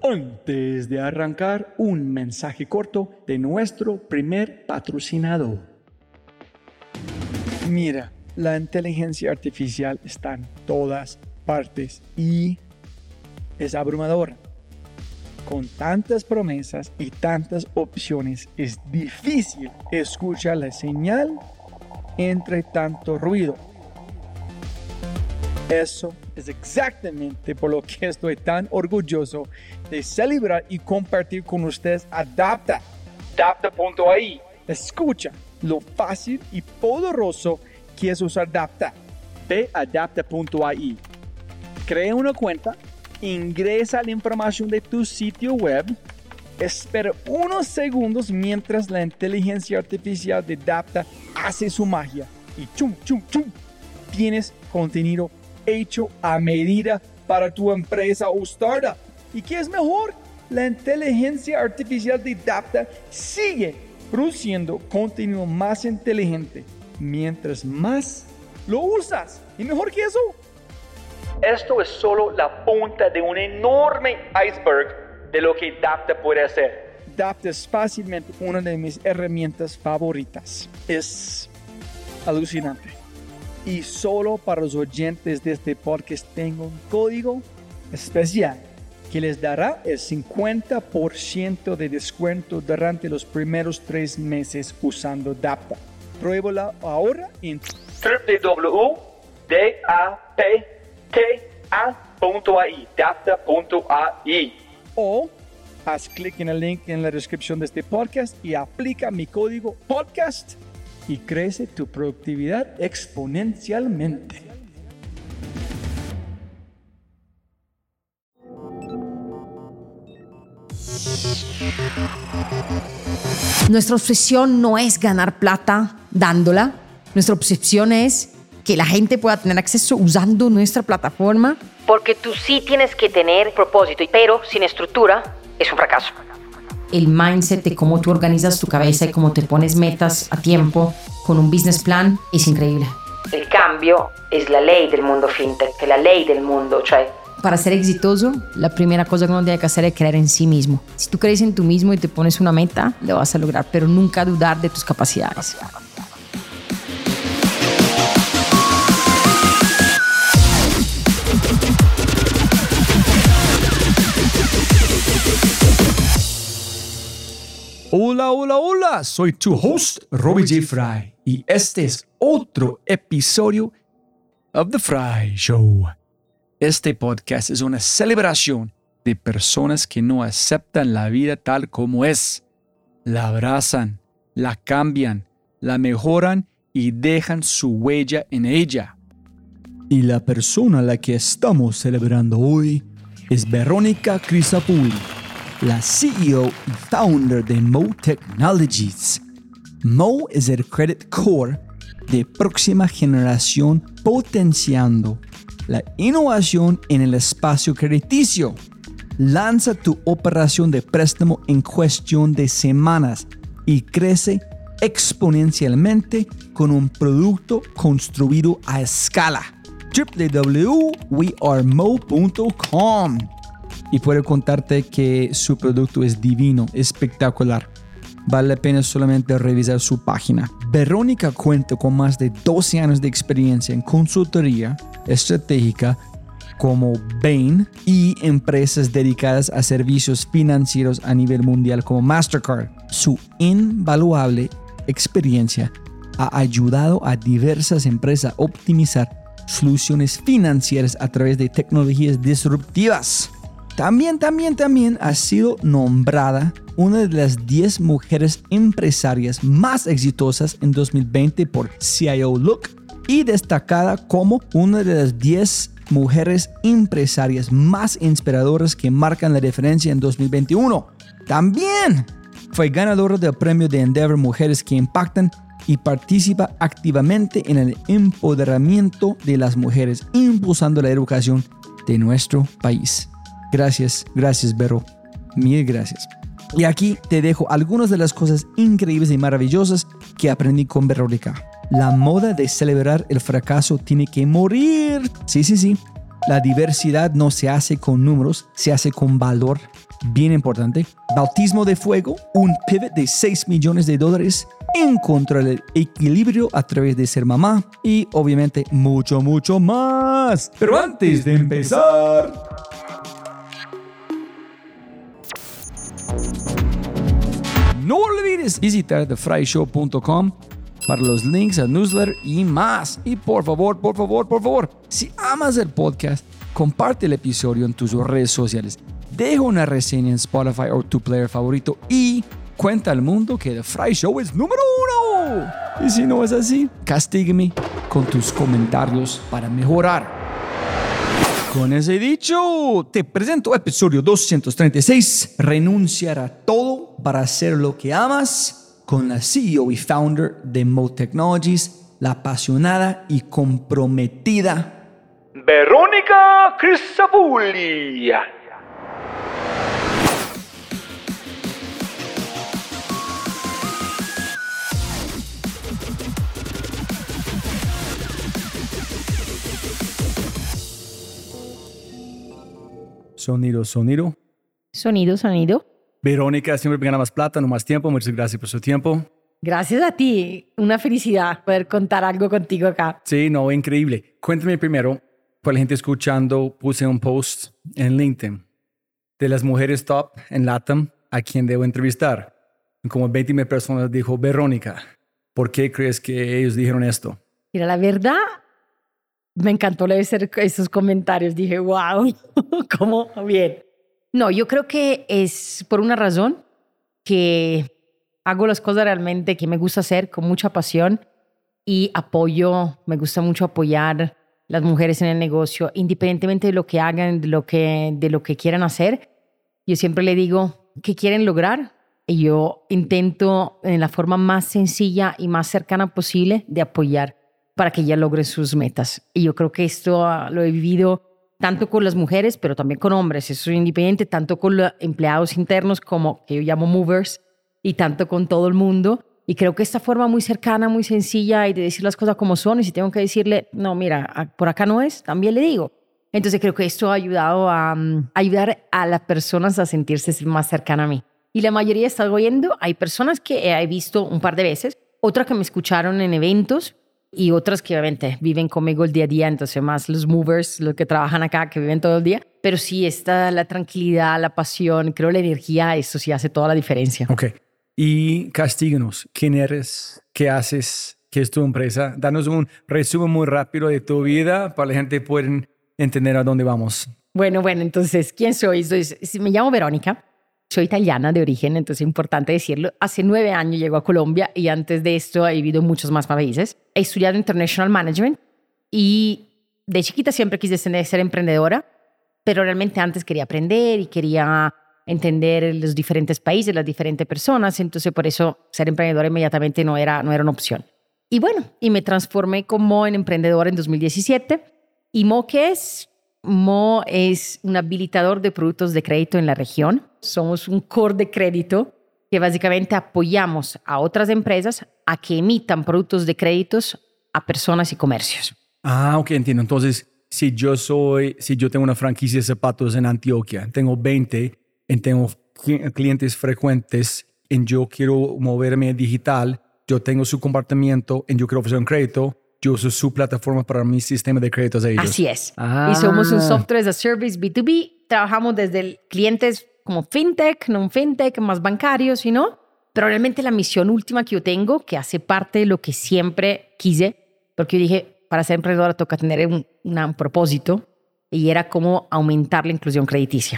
Antes de arrancar, un mensaje corto de nuestro primer patrocinador. Mira, la inteligencia artificial está en todas partes y es abrumadora. Con tantas promesas y tantas opciones, es difícil escuchar la señal entre tanto ruido. Eso es exactamente por lo que estoy tan orgulloso de celebrar y compartir con ustedes Adapta. Adapta.ai. Escucha lo fácil y poderoso que es usar Adapta. Ve a Adapta.ai. Crea una cuenta, ingresa la información de tu sitio web, espera unos segundos mientras la inteligencia artificial de Adapta hace su magia y chum, tienes contenido hecho a medida para tu empresa o startup. ¿Y qué es mejor? La inteligencia artificial de Adapta sigue produciendo contenido más inteligente mientras más lo usas. ¿Y mejor que eso? Esto es solo la punta de un enorme iceberg de lo que Adapta puede hacer. Adapta es fácilmente una de mis herramientas favoritas. Es alucinante. Y solo para los oyentes de este podcast tengo un código especial que les dará el 50% de descuento durante los primeros 3 meses usando Adapta. Pruébala ahora en www.adapta.ai, Adapta.ai. O haz clic en el link en la descripción de este podcast y aplica mi código podcast y crece tu productividad exponencialmente. Nuestra obsesión no es ganar plata dándola. Nuestra obsesión es que la gente pueda tener acceso usando nuestra plataforma. Porque tú sí tienes que tener propósito, pero sin estructura es un fracaso. El mindset de cómo tú organizas tu cabeza y cómo te pones metas a tiempo con un business plan es increíble. El cambio es la ley del mundo fintech, es la ley del mundo, Para ser exitoso, la primera cosa que uno tiene que hacer es creer en sí mismo. Si tú crees en tú mismo y te pones una meta, lo vas a lograr, pero nunca dudar de tus capacidades. Hola, soy tu host, Robbie J. Fry, y este es otro episodio of The Fry Show. Este podcast es una celebración de personas que no aceptan la vida tal como es. La abrazan, la cambian, la mejoran y dejan su huella en ella. Y la persona a la que estamos celebrando hoy es Verónica Crisapulli, la CEO y founder de Mo Technologies. Mo es el credit core de próxima generación potenciando la innovación en el espacio crediticio. Lanza tu operación de préstamo en cuestión de semanas y crece exponencialmente con un producto construido a escala. www.wearemo.com. Y puedo contarte que su producto es divino, espectacular. Vale la pena solamente revisar su página. Verónica cuenta con más de 12 años de experiencia en consultoría estratégica como Bain y empresas dedicadas a servicios financieros a nivel mundial como Mastercard. Su invaluable experiencia ha ayudado a diversas empresas a optimizar soluciones financieras a través de tecnologías disruptivas. También ha sido nombrada una de las 10 mujeres empresarias más exitosas en 2020 por CIO Look y destacada como una de las 10 mujeres empresarias más inspiradoras que marcan la diferencia en 2021. También fue ganadora del premio de Endeavor Mujeres que Impactan y participa activamente en el empoderamiento de las mujeres, impulsando la educación de nuestro país. Gracias, Vero. Mil gracias. Y aquí te dejo algunas de las cosas increíbles y maravillosas que aprendí con Verónica. La moda de celebrar el fracaso tiene que morir. Sí. La diversidad no se hace con números, se hace con valor. Bien importante. Bautismo de fuego, un pivot de $6 millones. Encontrar el equilibrio a través de ser mamá y obviamente mucho, mucho más. Pero antes de empezar, no olvides visitar thefryshow.com para los links al newsletter y más. Y por favor, si amas el podcast, comparte el episodio en tus redes sociales. Deja una reseña en Spotify o tu player favorito y cuenta al mundo que The Fry Show es número 1. Y si no es así, castígame con tus comentarios para mejorar. Con ese dicho, te presento episodio 236. Renunciar a todo para hacer lo que amas, con la CEO y founder de Mo Technologies, la apasionada y comprometida Verónica Crisafulli. Sonido. Verónica siempre gana más plata, no más tiempo. Muchas gracias por su tiempo. Gracias a ti. Una felicidad poder contar algo contigo acá. Sí, no, increíble. Cuéntame primero, para la gente escuchando, puse un post en LinkedIn de las mujeres top en LATAM a quien debo entrevistar. Como 20,000 personas dijo, Verónica, ¿por qué crees que ellos dijeron esto? Mira, la verdad, me encantó leer esos comentarios. Dije, wow, cómo bien. No, yo creo que es por una razón que hago las cosas realmente que me gusta hacer con mucha pasión y me gusta mucho apoyar las mujeres en el negocio, independientemente de lo que hagan, de lo que quieran hacer. Yo siempre le digo, ¿qué quieren lograr? Y yo intento en la forma más sencilla y más cercana posible de apoyar para que ellas logren sus metas. Y yo creo que esto lo he vivido tanto con las mujeres, pero también con hombres. Eso es independiente, tanto con los empleados internos como que yo llamo movers y tanto con todo el mundo. Y creo que esta forma muy cercana, muy sencilla y de decir las cosas como son, y si tengo que decirle, no, mira, por acá no es, también le digo. Entonces creo que esto ha ayudado a ayudar a las personas a sentirse más cercanas a mí. Y la mayoría está oyendo. Hay personas que he visto un par de veces, otras que me escucharon en eventos y otras que obviamente viven conmigo el día a día, entonces más los movers, los que trabajan acá, que viven todo el día. Pero sí, está la tranquilidad, la pasión, creo la energía, eso sí hace toda la diferencia. Ok. Y castíganos. ¿Quién eres? ¿Qué haces? ¿Qué es tu empresa? Danos un resumen muy rápido de tu vida para la gente pueda entender a dónde vamos. Bueno, entonces, ¿quién soy? Me llamo Verónica. Soy italiana de origen, entonces es importante decirlo. Hace 9 años llego a Colombia y antes de esto he vivido en muchos más países. He estudiado International Management y de chiquita siempre quise ser emprendedora, pero realmente antes quería aprender y quería entender los diferentes países, las diferentes personas, entonces por eso ser emprendedora inmediatamente no era una opción. Y bueno, me transformé como en emprendedora en 2017. ¿Y Mo qué es? Mo es un habilitador de productos de crédito en la región. Somos un core de crédito que básicamente apoyamos a otras empresas a que emitan productos de créditos a personas y comercios. Ah, ok, entiendo. Entonces, si yo tengo una franquicia de zapatos en Antioquia, tengo 20 y tengo clientes frecuentes y yo quiero moverme digital, yo tengo su comportamiento y yo quiero ofrecer un crédito, yo uso su plataforma para mi sistema de créditos a ellos. Así es. Y somos un software as a service B2B. Trabajamos desde clientes como fintech, non-fintech, más bancarios, ¿no? Pero realmente la misión última que yo tengo, que hace parte de lo que siempre quise, porque yo dije, para ser emprendedora toca tener un propósito, y era cómo aumentar la inclusión crediticia.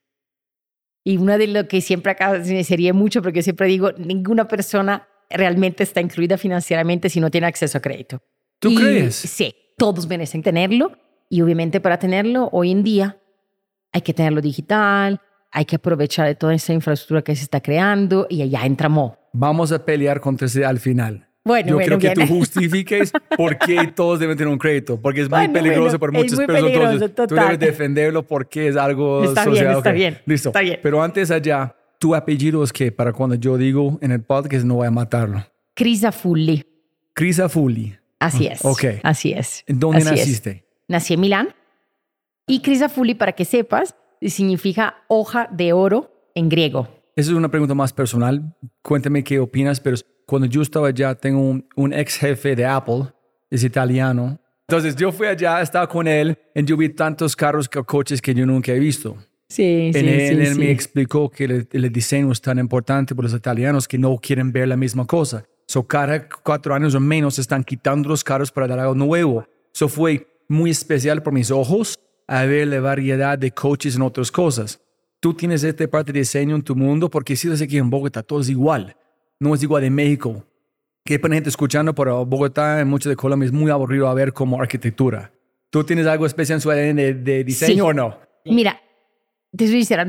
Y una de lo que siempre acá me sería mucho, porque yo siempre digo, ninguna persona realmente está incluida financieramente si no tiene acceso a crédito. ¿Tú crees? Sí, todos merecen tenerlo. Y obviamente para tenerlo, hoy en día, hay que tenerlo digital, hay que aprovechar de toda esta infraestructura que se está creando y allá entra Mo. Vamos a pelear contra ese al final. Yo creo que tú justifiques por qué todos deben tener un crédito, porque es muy peligroso para muchas personas. Entonces, tú debes defenderlo porque es algo social. Está bien. Listo. Está bien. Pero antes allá, tu apellido es que para cuando yo digo en el podcast no voy a matarlo. Crisafulli. Crisafulli. Así es. Ok. Así es. ¿En dónde naciste? Nací en Milán. Y Crisafulli, para que sepas, significa hoja de oro en griego. Esa es una pregunta más personal. Cuéntame qué opinas, pero cuando yo estaba allá, tengo un ex jefe de Apple, es italiano. Entonces yo fui allá, estaba con él, y yo vi tantos carros, coches que yo nunca he visto. Sí, Él me explicó que el diseño es tan importante por los italianos que no quieren ver la misma cosa. Cada 4 años o menos están quitando los carros para dar algo nuevo. Eso fue muy especial por mis ojos a ver la variedad de coches en otras cosas. Tú tienes esta parte de diseño en tu mundo porque si desde aquí en Bogotá todo es igual. No es igual de México. Que hay gente escuchando, pero Bogotá en mucho de Colombia es muy aburrido a ver como arquitectura. ¿Tú tienes algo especial en su ADN de diseño o no? Mira, te soy sincera,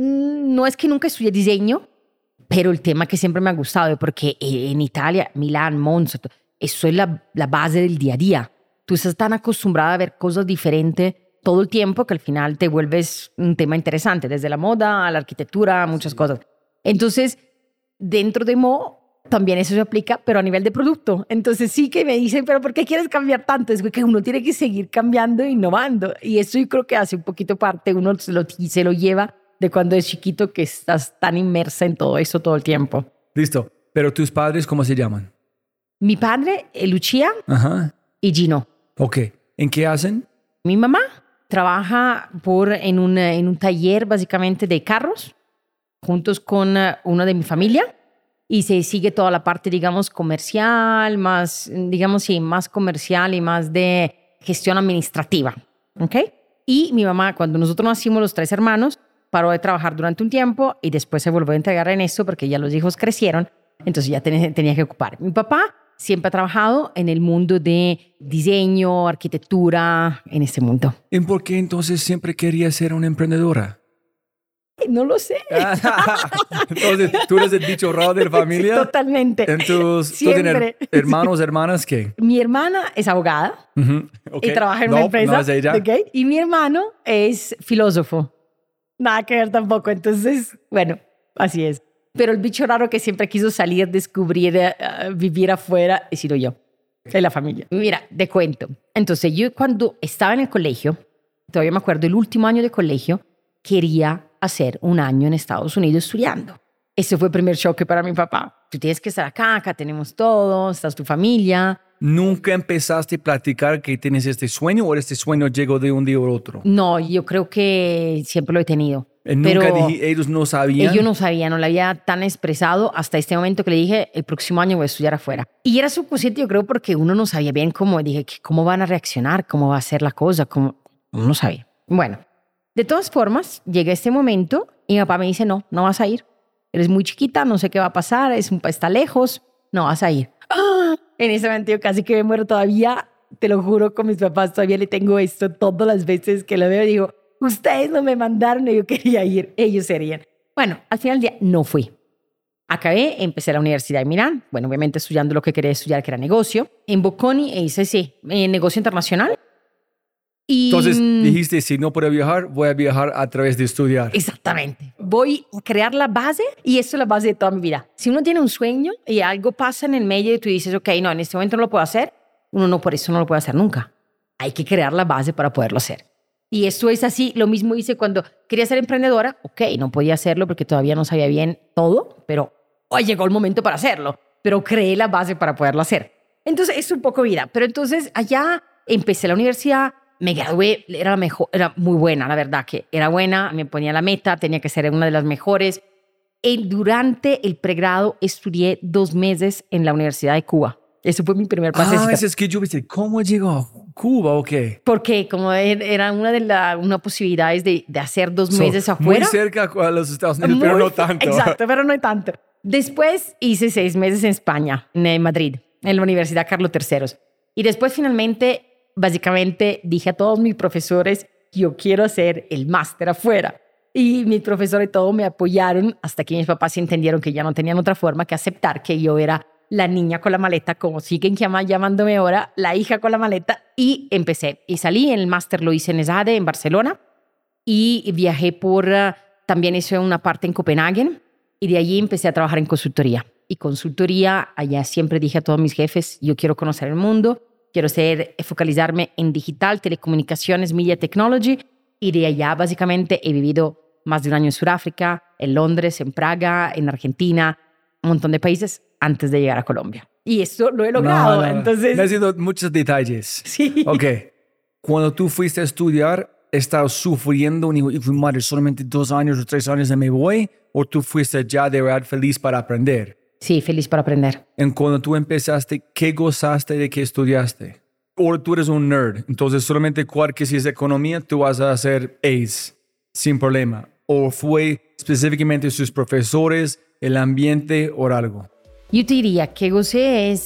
no es que nunca estudié diseño, pero el tema que siempre me ha gustado, porque en Italia, Milán, Monza, eso es la base del día a día. Tú estás tan acostumbrada a ver cosas diferentes todo el tiempo que al final te vuelves un tema interesante, desde la moda a la arquitectura, muchas cosas. Entonces, dentro de Mo, también eso se aplica, pero a nivel de producto. Entonces sí que me dicen, pero ¿por qué quieres cambiar tanto? Es que uno tiene que seguir cambiando e innovando. Y eso yo creo que hace un poquito parte, uno se lo lleva de cuando es chiquito, que estás tan inmersa en todo eso todo el tiempo. Listo. Pero tus padres, ¿cómo se llaman? Mi padre, Lucia, y Gino. Ok. ¿En qué hacen? Mi mamá trabaja en un taller básicamente de carros, juntos con uno de mi familia, y se sigue toda la parte, digamos, comercial, más comercial y más de gestión administrativa. ¿Ok? Y mi mamá, cuando nosotros nacimos los 3 hermanos, paró de trabajar durante un tiempo y después se volvió a entregar en esto porque ya los hijos crecieron, entonces ya tenía que ocupar. Mi papá siempre ha trabajado en el mundo de diseño, arquitectura, en este mundo. ¿Y por qué entonces siempre quería ser una emprendedora? No lo sé. Entonces, ¿tú eres el bicho raro de la familia? Totalmente. Entonces, ¿tú tienes hermanos, hermanas qué? Mi hermana es abogada y trabaja en una empresa. No es ella. ¿Okay? Y mi hermano es filósofo. Nada que ver tampoco. Entonces, bueno, así es. Pero el bicho raro que siempre quiso salir, descubrir, vivir afuera, he sido yo, de la familia. Mira, te cuento. Entonces, yo cuando estaba en el colegio, todavía me acuerdo, el último año de colegio, quería hacer un año en Estados Unidos estudiando. Ese fue el primer choque para mi papá. Tú tienes que estar acá tenemos todo, estás tu familia. ¿Nunca empezaste a platicar que tienes este sueño o este sueño llegó de un día al otro? No, yo creo que siempre lo he tenido. Ellos no sabían. Ellos no sabían, no lo había tan expresado hasta este momento que le dije, el próximo año voy a estudiar afuera. Y era subconsciente, yo creo, porque uno no sabía bien cómo van a reaccionar, cómo va a ser la cosa, uno no sabía. Bueno, de todas formas, llega este momento y mi papá me dice, no vas a ir. Eres muy chiquita, no sé qué va a pasar, está lejos, no vas a ir. ¡Ah! En ese momento yo casi que me muero todavía, te lo juro, con mis papás todavía le tengo esto todas las veces que lo veo y digo, ustedes no me mandaron y yo quería ir, ellos serían. Bueno, al final del día no fui. Acabé, empecé la Universidad de Milán, bueno, obviamente estudiando lo que quería estudiar, que era negocio. En Bocconi hice, negocio internacional. Y entonces dijiste, si no puedo viajar, voy a viajar a través de estudiar. Exactamente. Voy a crear la base y esto es la base de toda mi vida. Si uno tiene un sueño y algo pasa en el medio y tú dices, ok, no, en este momento no lo puedo hacer, uno por eso no lo puede hacer nunca. Hay que crear la base para poderlo hacer. Y esto es así, lo mismo hice cuando quería ser emprendedora. Ok, no podía hacerlo porque todavía no sabía bien todo, pero hoy llegó el momento para hacerlo. Pero creé la base para poderlo hacer. Entonces, es un poco vida. Pero entonces, allá empecé la universidad, me gradué, era la mejor, era muy buena, la verdad que era buena, me ponía la meta, tenía que ser una de las mejores. Durante el pregrado estudié 2 meses en la Universidad de Cuba. Eso fue mi primer pasecito. Eso es que yo pensé, ¿cómo llegó a Cuba o qué? Porque como era una de las posibilidades de hacer 2 meses afuera. Muy cerca a los Estados Unidos, pero no tanto. Exacto, pero no tanto. Después hice 6 meses en España, en Madrid, en la Universidad Carlos III. Y después finalmente, básicamente, dije a todos mis profesores, yo quiero hacer el máster afuera. Y mis profesores y todo me apoyaron hasta que mis papás entendieron que ya no tenían otra forma que aceptar que yo era la niña con la maleta, como siguen llamándome ahora, la hija con la maleta. Y empecé. Y salí, el máster lo hice en ESADE, en Barcelona. Y viajé también hice una parte en Copenhague. Y de allí empecé a trabajar en consultoría. Y consultoría, allá siempre dije a todos mis jefes, yo quiero conocer el mundo, quiero focalizarme en digital, telecomunicaciones, media technology. Y de allá básicamente he vivido más de un año en Sudáfrica, en Londres, en Praga, en Argentina, un montón de países antes de llegar a Colombia. Y esto lo he logrado. No. Entonces, Necesito muchos detalles. sí. Ok. Cuando tú fuiste a estudiar, ¿estabas sufriendo y fui madre solamente 2 años o 3 años de me voy? ¿O tú fuiste ya de verdad feliz para aprender? Sí, feliz para aprender. En cuando tú empezaste, ¿qué gozaste de que estudiaste? O tú eres un nerd, entonces solamente cualquier si es economía, tú vas a hacer Ace sin problema. ¿O fue específicamente sus profesores, el ambiente o algo? Yo te diría que gocé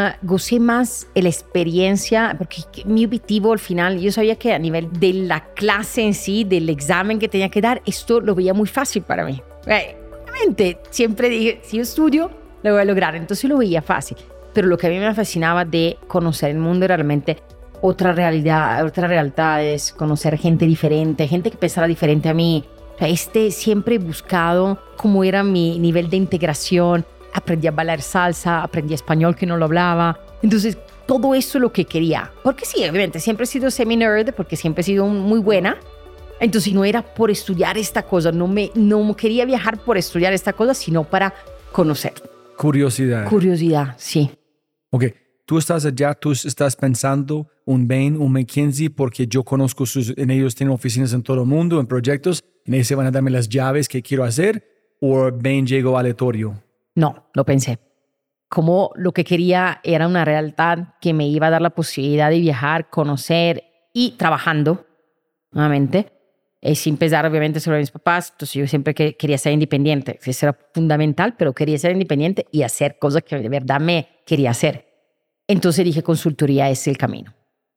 más la experiencia, porque mi objetivo al final, yo sabía que a nivel de la clase en sí, del examen que tenía que dar, esto lo veía muy fácil para mí. Obviamente, siempre dije, si yo estudio, lo voy a lograr, entonces lo veía fácil. Pero lo que a mí me fascinaba de conocer el mundo era realmente otra realidad, otras realidades, conocer gente diferente, gente que pensara diferente a mí. O sea, siempre he buscado cómo era mi nivel de integración. Aprendí a bailar salsa, aprendí español que no lo hablaba. Entonces, todo eso es lo que quería. Porque sí, obviamente, siempre he sido semi-nerd, porque siempre he sido muy buena. Entonces, no era por estudiar esta cosa, no quería viajar por estudiar esta cosa, sino para conocer. Curiosidad. Curiosidad, sí. Ok, tú estás allá, tú estás pensando un Bain, un McKinsey, porque yo conozco en ellos tienen oficinas en todo el mundo, en proyectos, en ellos se van a darme las llaves que quiero hacer, o Bain llegó aleatorio. No, lo pensé. Como lo que quería era una realidad que me iba a dar la posibilidad de viajar, conocer y trabajando, nuevamente, sin pesar obviamente sobre mis papás. Entonces yo siempre quería ser independiente. Eso era fundamental, pero quería ser independiente y hacer cosas que de verdad me quería hacer. Entonces dije, consultoría es el camino.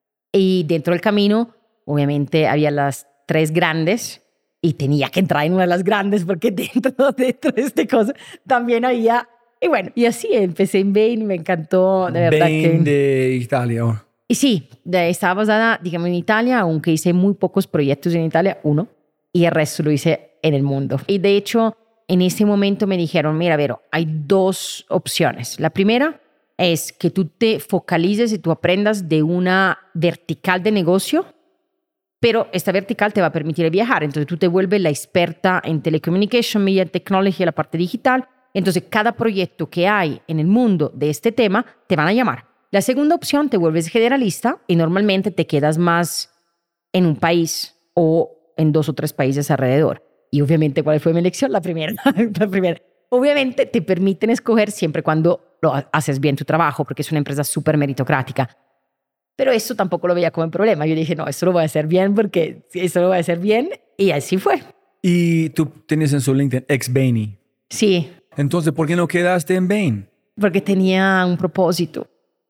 Y dentro del camino, obviamente, había las 3 grandes y tenía que entrar en una de las grandes porque dentro de este cosa también había... Y bueno, y así empecé en Bain, me encantó, de verdad. Bain de Italia. Y sí, estaba basada, digamos, en Italia, aunque hice muy pocos proyectos en Italia, 1, y el resto lo hice en el mundo. Y de hecho, en ese momento me dijeron, mira, Vero, hay 2 opciones. La primera es que tú te focalices y tú aprendas de una vertical de negocio, pero esta vertical te va a permitir viajar. Entonces tú te vuelves la experta en telecommunication, media technology, la parte digital. Entonces cada proyecto que hay en el mundo de este tema te van a llamar. La segunda opción, te vuelves generalista y normalmente te quedas más en un país o en 2 o 3 países alrededor. Y obviamente, ¿cuál fue mi elección? La primera. La primera. Obviamente te permiten escoger siempre cuando lo haces bien tu trabajo, porque es una empresa súper meritocrática. Pero eso tampoco lo veía como un problema. Yo dije, no, esto lo voy a hacer bien porque eso lo voy a hacer bien. Y así fue. Y tú tienes en su LinkedIn ex-Bainy. Sí. Entonces, ¿por qué no quedaste en Bain? Porque tenía un propósito.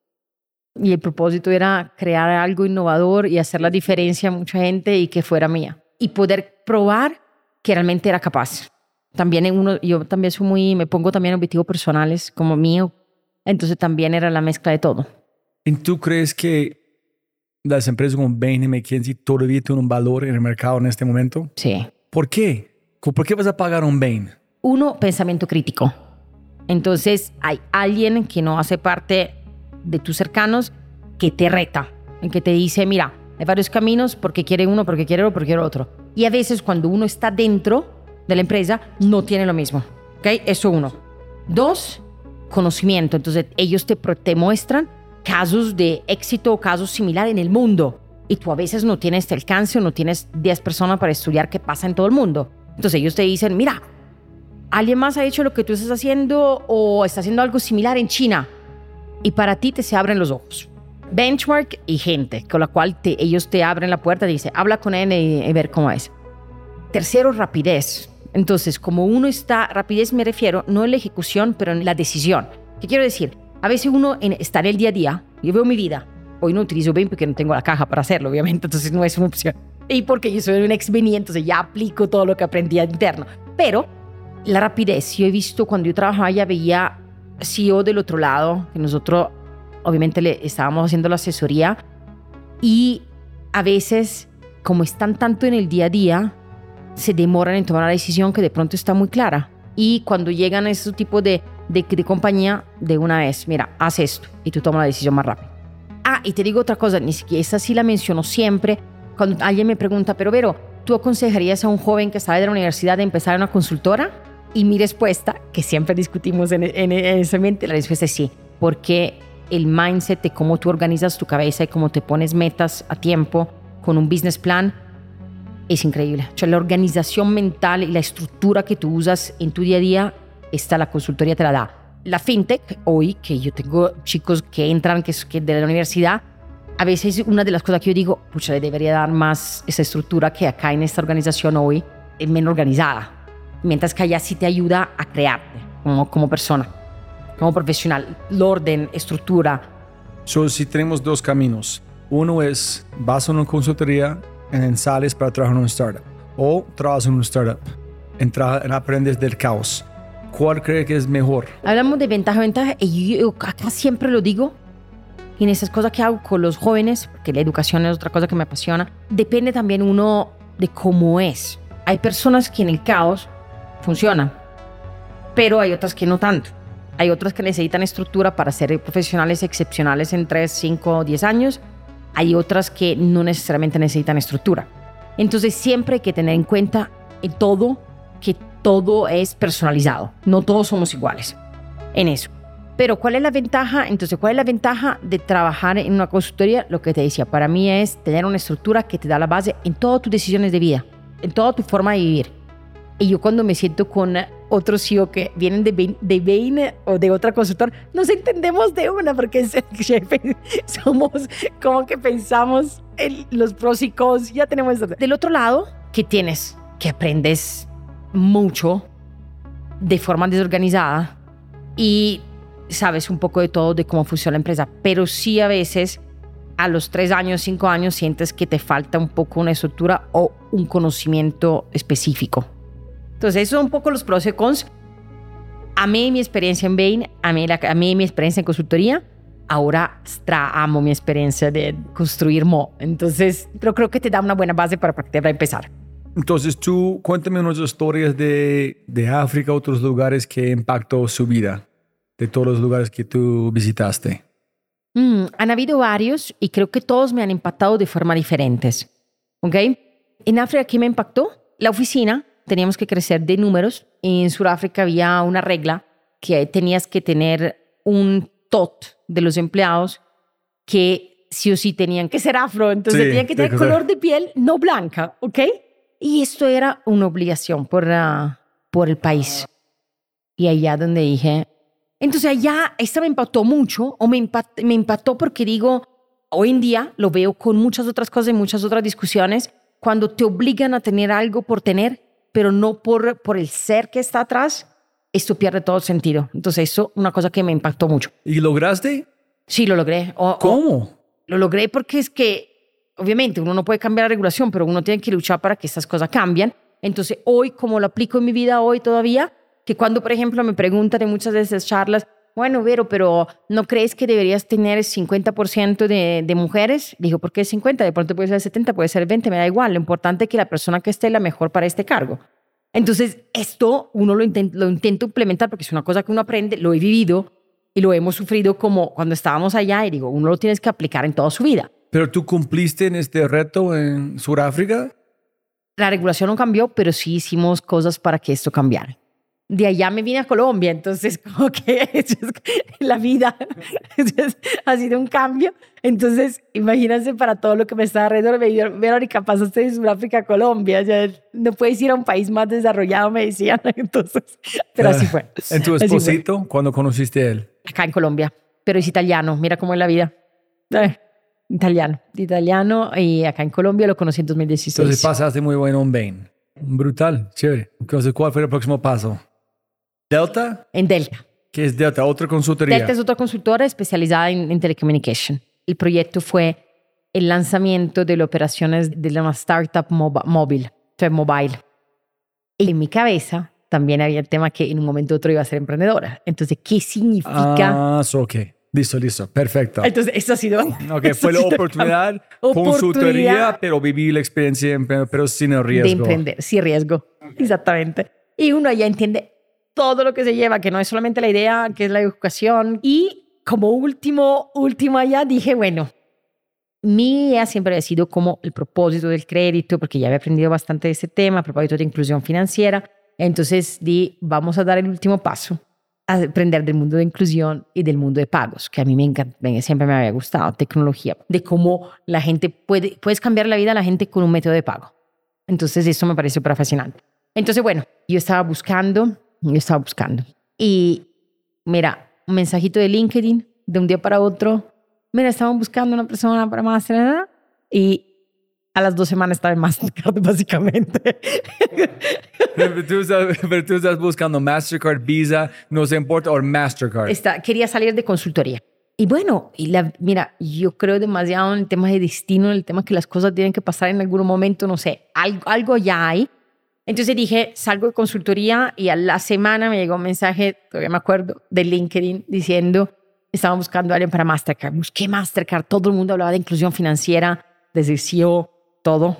Y el propósito era crear algo innovador y hacer la diferencia a mucha gente y que fuera mía. Y poder probar que realmente era capaz. También yo también me pongo también objetivos personales como mío. Entonces también era la mezcla de todo. ¿Y tú crees que las empresas como Bain y McKinsey todavía tienen un valor en el mercado en este momento? Sí. ¿Por qué? ¿Por qué vas a pagar un Bain? 1, pensamiento crítico. Entonces hay alguien que no hace parte de tus cercanos que te reta, en que te dice, mira, hay varios caminos porque quiere uno, porque quiere otro, porque quiere otro. Y a veces cuando uno está dentro de la empresa no tiene lo mismo. ¿Ok? Eso 1. 2, conocimiento. Entonces ellos te muestran casos de éxito o casos similares en el mundo. Y tú a veces no tienes este alcance o no tienes 10 personas para estudiar qué pasa en todo el mundo. Entonces ellos te dicen, mira, alguien más ha hecho lo que tú estás haciendo o está haciendo algo similar en China. Y para ti se abren los ojos. Benchmark y gente con la cual ellos te abren la puerta y dicen, habla con él y ver cómo es. 3, rapidez. Entonces, como uno está, rapidez me refiero no en la ejecución, pero en la decisión. ¿Qué quiero decir? A veces uno está en el día a día, yo veo mi vida, hoy no utilizo Bain porque no tengo la caja para hacerlo, obviamente, entonces no es una opción. Y porque yo soy un ex-Bain, entonces ya aplico todo lo que aprendí interno. Pero la rapidez, yo he visto cuando yo trabajaba, ya veía CEO del otro lado, que nosotros obviamente le estábamos haciendo la asesoría, y a veces, como están tanto en el día a día, se demoran en tomar una decisión que de pronto está muy clara. Y cuando llegan a ese tipo de compañía, de una vez, mira, haz esto, y tú tomas la decisión más rápido. Ah, y te digo otra cosa, ni siquiera esa sí la menciono siempre, cuando alguien me pregunta, pero Vero, ¿tú aconsejarías a un joven que sale de la universidad de empezar una consultora? Y mi respuesta, que siempre discutimos en ese ambiente, la respuesta es sí, porque el mindset de cómo tú organizas tu cabeza y cómo te pones metas a tiempo con un business plan es increíble. O sea, la organización mental y la estructura que tú usas en tu día a día, la consultoría te la da. La fintech, hoy, que yo tengo chicos que entran que de la universidad, a veces una de las cosas que yo digo, pucha, le debería dar más esa estructura que acá en esta organización hoy es menos organizada. Mientras que allá sí te ayuda a crearte como persona, como profesional. El orden, estructura. Si tenemos dos caminos. Uno es, vas a una consultoría y sales para trabajar en una startup. O trabajas en una startup, aprendes del caos. ¿Cuál crees que es mejor? Hablamos de ventaja, y yo acá siempre lo digo, y en esas cosas que hago con los jóvenes, porque la educación es otra cosa que me apasiona, depende también uno de cómo es. Hay personas que en el caos funcionan, pero hay otras que no tanto. Hay otras que necesitan estructura para ser profesionales excepcionales en 3, 5, 10 años. Hay otras que no necesariamente necesitan estructura. Entonces siempre hay que tener en cuenta que todo es personalizado. No todos somos iguales en eso. Pero ¿cuál es la ventaja? Entonces, ¿cuál es la ventaja de trabajar en una consultoría? Lo que te decía, para mí es tener una estructura que te da la base en todas tus decisiones de vida, en toda tu forma de vivir. Y yo cuando me siento con otros CEO que vienen de Bain o de otra consultora, nos entendemos de una porque somos como que pensamos en los pros y cons, ya tenemos eso. Del otro lado, ¿qué tienes? Que aprendes mucho de forma desorganizada y sabes un poco de todo de cómo funciona la empresa, pero sí a veces a los 3 años, 5 años sientes que te falta un poco una estructura o un conocimiento específico. Entonces esos son un poco los pros y cons. Amé mi experiencia en Bain, amé mi experiencia en consultoría. Ahora amo mi experiencia de construir Mo. Entonces, pero creo que te da una buena base para empezar. Entonces, tú cuéntame unas historias de África, otros lugares que impactó su vida, de todos los lugares que tú visitaste. Han habido varios y creo que todos me han impactado de forma diferentes. ¿Ok? En África, ¿qué me impactó? La oficina. Teníamos que crecer de números. En Sudáfrica había una regla que tenías que tener un TOT de los empleados que sí o sí tenían que ser afro. Entonces tenían que tener color de piel no blanca, ¿ok? Y esto era una obligación por el país. Y allá donde dije... Entonces allá esto me impactó mucho, o me impactó porque digo, hoy en día lo veo con muchas otras cosas y muchas otras discusiones, cuando te obligan a tener algo por tener, pero no por el ser que está atrás, esto pierde todo sentido. Entonces eso es una cosa que me impactó mucho. ¿Y lograste? Sí, lo logré. ¿Cómo? Lo logré porque es que, obviamente, uno no puede cambiar la regulación, pero uno tiene que luchar para que estas cosas cambien. Entonces hoy, como lo aplico en mi vida hoy todavía, que cuando, por ejemplo, me preguntan en muchas de esas charlas, bueno, Vero, pero ¿no crees que deberías tener 50% de mujeres? Digo, ¿por qué 50? De pronto puede ser 70, puede ser 20, me da igual. Lo importante es que la persona que esté es la mejor para este cargo. Entonces, esto uno lo intento implementar porque es una cosa que uno aprende, lo he vivido y lo hemos sufrido como cuando estábamos allá y digo, uno lo tienes que aplicar en toda su vida. ¿Pero tú cumpliste en este reto en Sudáfrica? La regulación no cambió, pero sí hicimos cosas para que esto cambiara. De allá me vine a Colombia, entonces como que la vida ha sido un cambio. Entonces, imagínense para todo lo que me está alrededor. Verónica, pasaste de Sudáfrica a Colombia, ya no puedes ir a un país más desarrollado, me decían. Entonces, pero así fue. ¿En tu esposito? ¿Cuándo conociste a él? Acá en Colombia, pero es italiano, mira cómo es la vida. Italiano, y acá en Colombia lo conocí en 2016. Entonces pasaste muy bueno en Bain. Brutal, chévere. Entonces, ¿cuál fue el próximo paso? ¿Delta? En Delta. ¿Qué es Delta? ¿Otra consultoría? Delta es otra consultora especializada en telecommunication. El proyecto fue el lanzamiento de las operaciones de una startup móvil. Y en mi cabeza también había el tema que en un momento u otro iba a ser emprendedora. Entonces, ¿qué significa? Ok. Listo. Perfecto. Entonces, esto ha sido... Ok, fue la oportunidad, consultoría, pero vivir la experiencia de emprender, pero sin el riesgo. De emprender, sin riesgo. Exactamente. Y uno ya entiende todo lo que se lleva, que no es solamente la idea, que es la educación. Y como último allá dije, bueno, mi idea siempre había sido como el propósito del crédito, porque ya había aprendido bastante de ese tema, a propósito de inclusión financiera. Entonces vamos a dar el último paso, a aprender del mundo de inclusión y del mundo de pagos, que a mí me encanta, siempre me había gustado, tecnología, de cómo la gente puedes cambiar la vida a la gente con un método de pago. Entonces eso me parece súper fascinante. Entonces, bueno, yo estaba buscando y mira, un mensajito de LinkedIn de un día para otro. Mira, estaban buscando una persona para Mastercard y a las 2 semanas estaba en Mastercard, básicamente. Pero tú estás buscando Mastercard, Visa, no se importa, o Mastercard. Quería salir de consultoría. Y bueno, mira, yo creo demasiado en el tema de destino, en el tema que las cosas tienen que pasar en algún momento, no sé, algo ya hay. Entonces dije, salgo de consultoría y a la semana me llegó un mensaje, todavía me acuerdo, de LinkedIn diciendo, estaban buscando a alguien para Mastercard. Busqué Mastercard, todo el mundo hablaba de inclusión financiera, desde CEO, todo.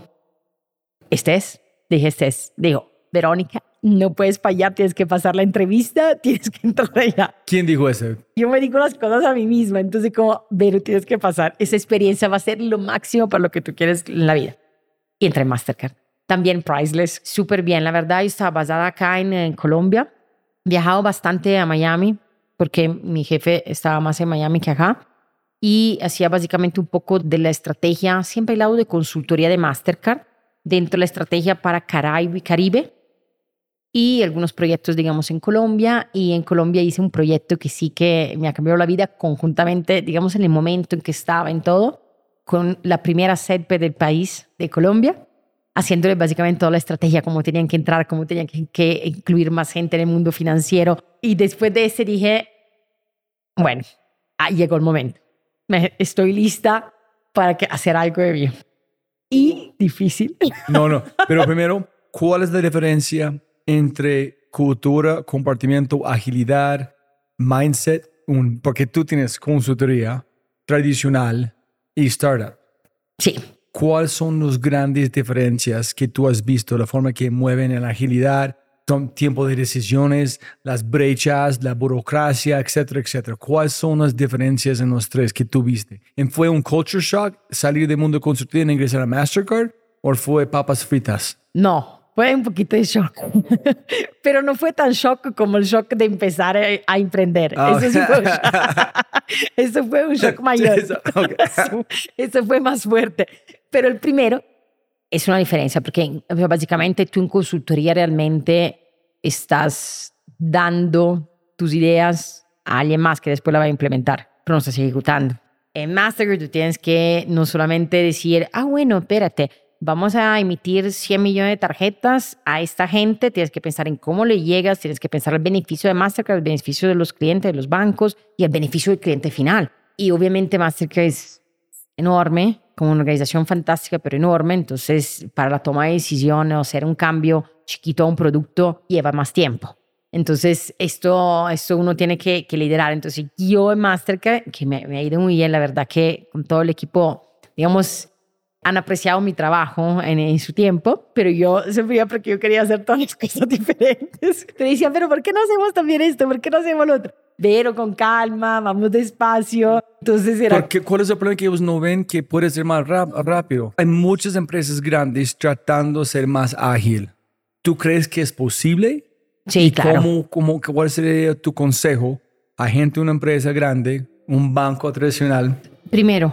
Dije, Digo, Verónica, no puedes fallar, tienes que pasar la entrevista, tienes que entrar allá. ¿Quién dijo eso? Yo me digo las cosas a mí misma, entonces como, Vero, tienes que pasar. Esa experiencia va a ser lo máximo para lo que tú quieres en la vida. Y entré en Mastercard. También Priceless, súper bien. La verdad, yo estaba basada acá en Colombia. Viajado bastante a Miami, porque mi jefe estaba más en Miami que acá. Y hacía básicamente un poco de la estrategia, siempre al lado de consultoría de Mastercard, dentro de la estrategia para Caribe. Y algunos proyectos, digamos, en Colombia. Y en Colombia hice un proyecto que sí que me ha cambiado la vida conjuntamente, digamos, en el momento en que estaba en todo, con la primera CEDPE del país de Colombia, haciéndole básicamente toda la estrategia, cómo tenían que entrar, cómo tenían que incluir más gente en el mundo financiero. Y después de ese dije, bueno, llegó el momento. Estoy lista para hacer algo de mí. Y difícil. No, pero primero, ¿cuál es la diferencia entre cultura, comportamiento, agilidad, mindset? Porque tú tienes consultoría tradicional y startup. Sí. ¿Cuáles son las grandes diferencias que tú has visto? La forma que mueven en la agilidad, son tiempo de decisiones, las brechas, la burocracia, etcétera, etcétera. ¿Cuáles son las diferencias en los tres que tú viste? ¿Fue un culture shock salir del mundo consultoría y ingresar a Mastercard? ¿O fue papas fritas? No, fue un poquito de shock. Pero no fue tan shock como el shock de empezar a emprender. Eso sí fue un shock. Eso fue un shock mayor. Eso fue más fuerte. Pero el primero es una diferencia, porque básicamente tú en consultoría realmente estás dando tus ideas a alguien más que después la va a implementar, pero no estás ejecutando. En Mastercard tú tienes que no solamente decir, bueno, espérate, vamos a emitir 100 millones de tarjetas a esta gente, tienes que pensar en cómo le llegas, tienes que pensar el beneficio de Mastercard, el beneficio de los clientes, de los bancos y el beneficio del cliente final. Y obviamente Mastercard es enorme, como una organización fantástica, pero enorme. Entonces, para la toma de decisiones o hacer un cambio chiquito a un producto lleva más tiempo. Entonces, esto uno tiene que liderar. Entonces, yo en Mastercard, que me ha ido muy bien, la verdad que con todo el equipo, digamos, han apreciado mi trabajo en su tiempo, pero yo sufría porque yo quería hacer todas las cosas diferentes. Te decía, pero ¿por qué no hacemos también esto? ¿Por qué no hacemos lo otro? Pero con calma, vamos despacio. Entonces era... ¿Cuál es el problema que ellos no ven que puede ser más rápido? Hay muchas empresas grandes tratando de ser más ágil. ¿Tú crees que es posible? Sí, claro. ¿Cuál sería tu consejo a gente de una empresa grande, un banco tradicional? Primero,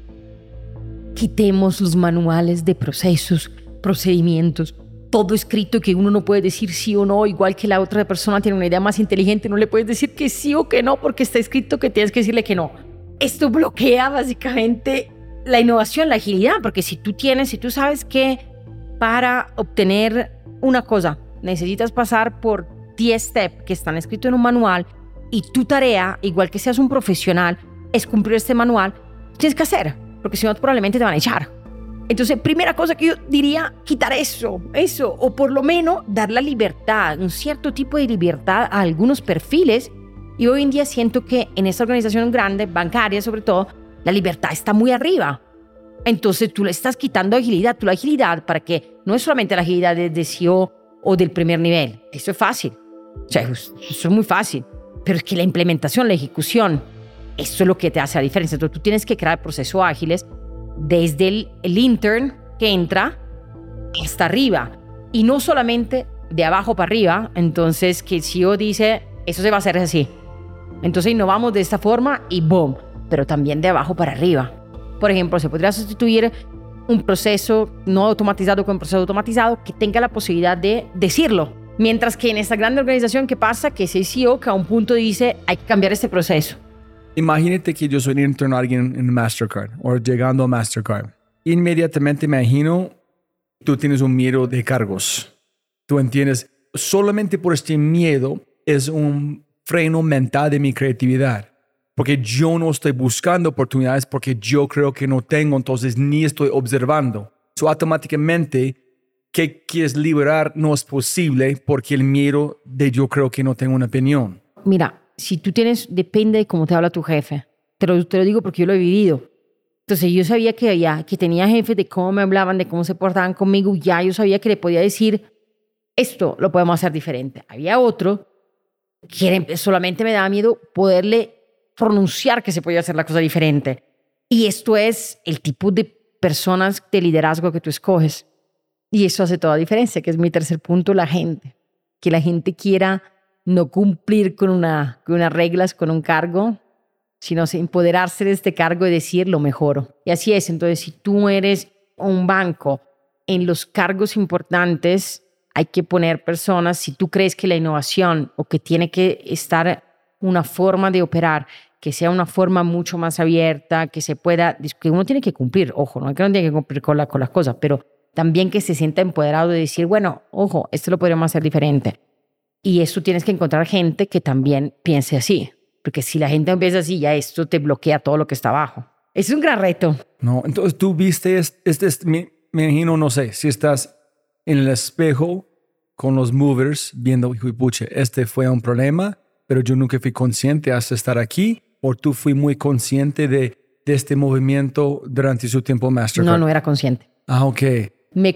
quitemos los manuales de procesos, procedimientos, todo escrito que uno no puede decir sí o no, igual que la otra persona tiene una idea más inteligente, no le puedes decir que sí o que no porque está escrito que tienes que decirle que no. Esto bloquea básicamente la innovación, la agilidad, porque si tú sabes que para obtener una cosa necesitas pasar por 10 steps que están escritos en un manual y tu tarea, igual que seas un profesional, es cumplir este manual, tienes que hacer, porque si no probablemente te van a echar. Entonces, primera cosa que yo diría, quitar eso, o por lo menos dar la libertad, un cierto tipo de libertad a algunos perfiles. Y hoy en día siento que en esta organización grande, bancaria sobre todo, la libertad está muy arriba. Entonces tú le estás quitando agilidad, la agilidad para que no es solamente la agilidad de CEO o del primer nivel, eso es fácil, o sea, eso es muy fácil, pero es que la implementación, la ejecución, eso es lo que te hace la diferencia. Entonces tú tienes que crear procesos ágiles desde el intern que entra hasta arriba. Y no solamente de abajo para arriba. Entonces, que el CEO dice, eso se va a hacer así. Entonces, innovamos de esta forma y boom. Pero también de abajo para arriba. Por ejemplo, se podría sustituir un proceso no automatizado con un proceso automatizado que tenga la posibilidad de decirlo. Mientras que en esta gran organización, ¿qué pasa? Que ese CEO que a un punto dice, hay que cambiar este proceso. Imagínate que yo soy interno alguien en Mastercard o llegando a Mastercard. Inmediatamente me imagino, tú tienes un miedo de cargos. Tú entiendes, solamente por este miedo es un freno mental de mi creatividad. Porque yo no estoy buscando oportunidades porque yo creo que no tengo, entonces ni estoy observando. So, automáticamente, ¿qué quieres liberar? No es posible porque el miedo de yo creo que no tengo una opinión. Mira, si tú tienes, depende de cómo te habla tu jefe. Te lo digo porque yo lo he vivido. Entonces yo sabía que tenía jefes de cómo me hablaban, de cómo se portaban conmigo. Ya yo sabía que le podía decir, esto lo podemos hacer diferente. Había otro que solamente me daba miedo poderle pronunciar que se podía hacer la cosa diferente. Y esto es el tipo de personas de liderazgo que tú escoges. Y eso hace toda la diferencia, que es mi tercer punto, la gente. Que la gente quiera no cumplir con unas reglas, con un cargo, sino empoderarse de este cargo y decir lo mejoro. Y así es. Entonces, si tú eres un banco, en los cargos importantes hay que poner personas, si tú crees que la innovación o que tiene que estar una forma de operar, que sea una forma mucho más abierta, que se pueda, que uno tiene que cumplir, ojo, no es que uno tiene que cumplir con las cosas, pero también que se sienta empoderado de decir, bueno, ojo, esto lo podríamos hacer diferente. Y eso tienes que encontrar gente que también piense así, porque si la gente empieza así, ya esto te bloquea todo lo que está abajo. Es un gran reto. No, entonces tú viste, me imagino, no sé, si estás en el espejo con los movers viendo, pucha, este fue un problema, pero yo nunca fui consciente hasta estar aquí, o tú fui muy consciente de este movimiento durante su tiempo en Mastercard. No era consciente. Ah, ok. Me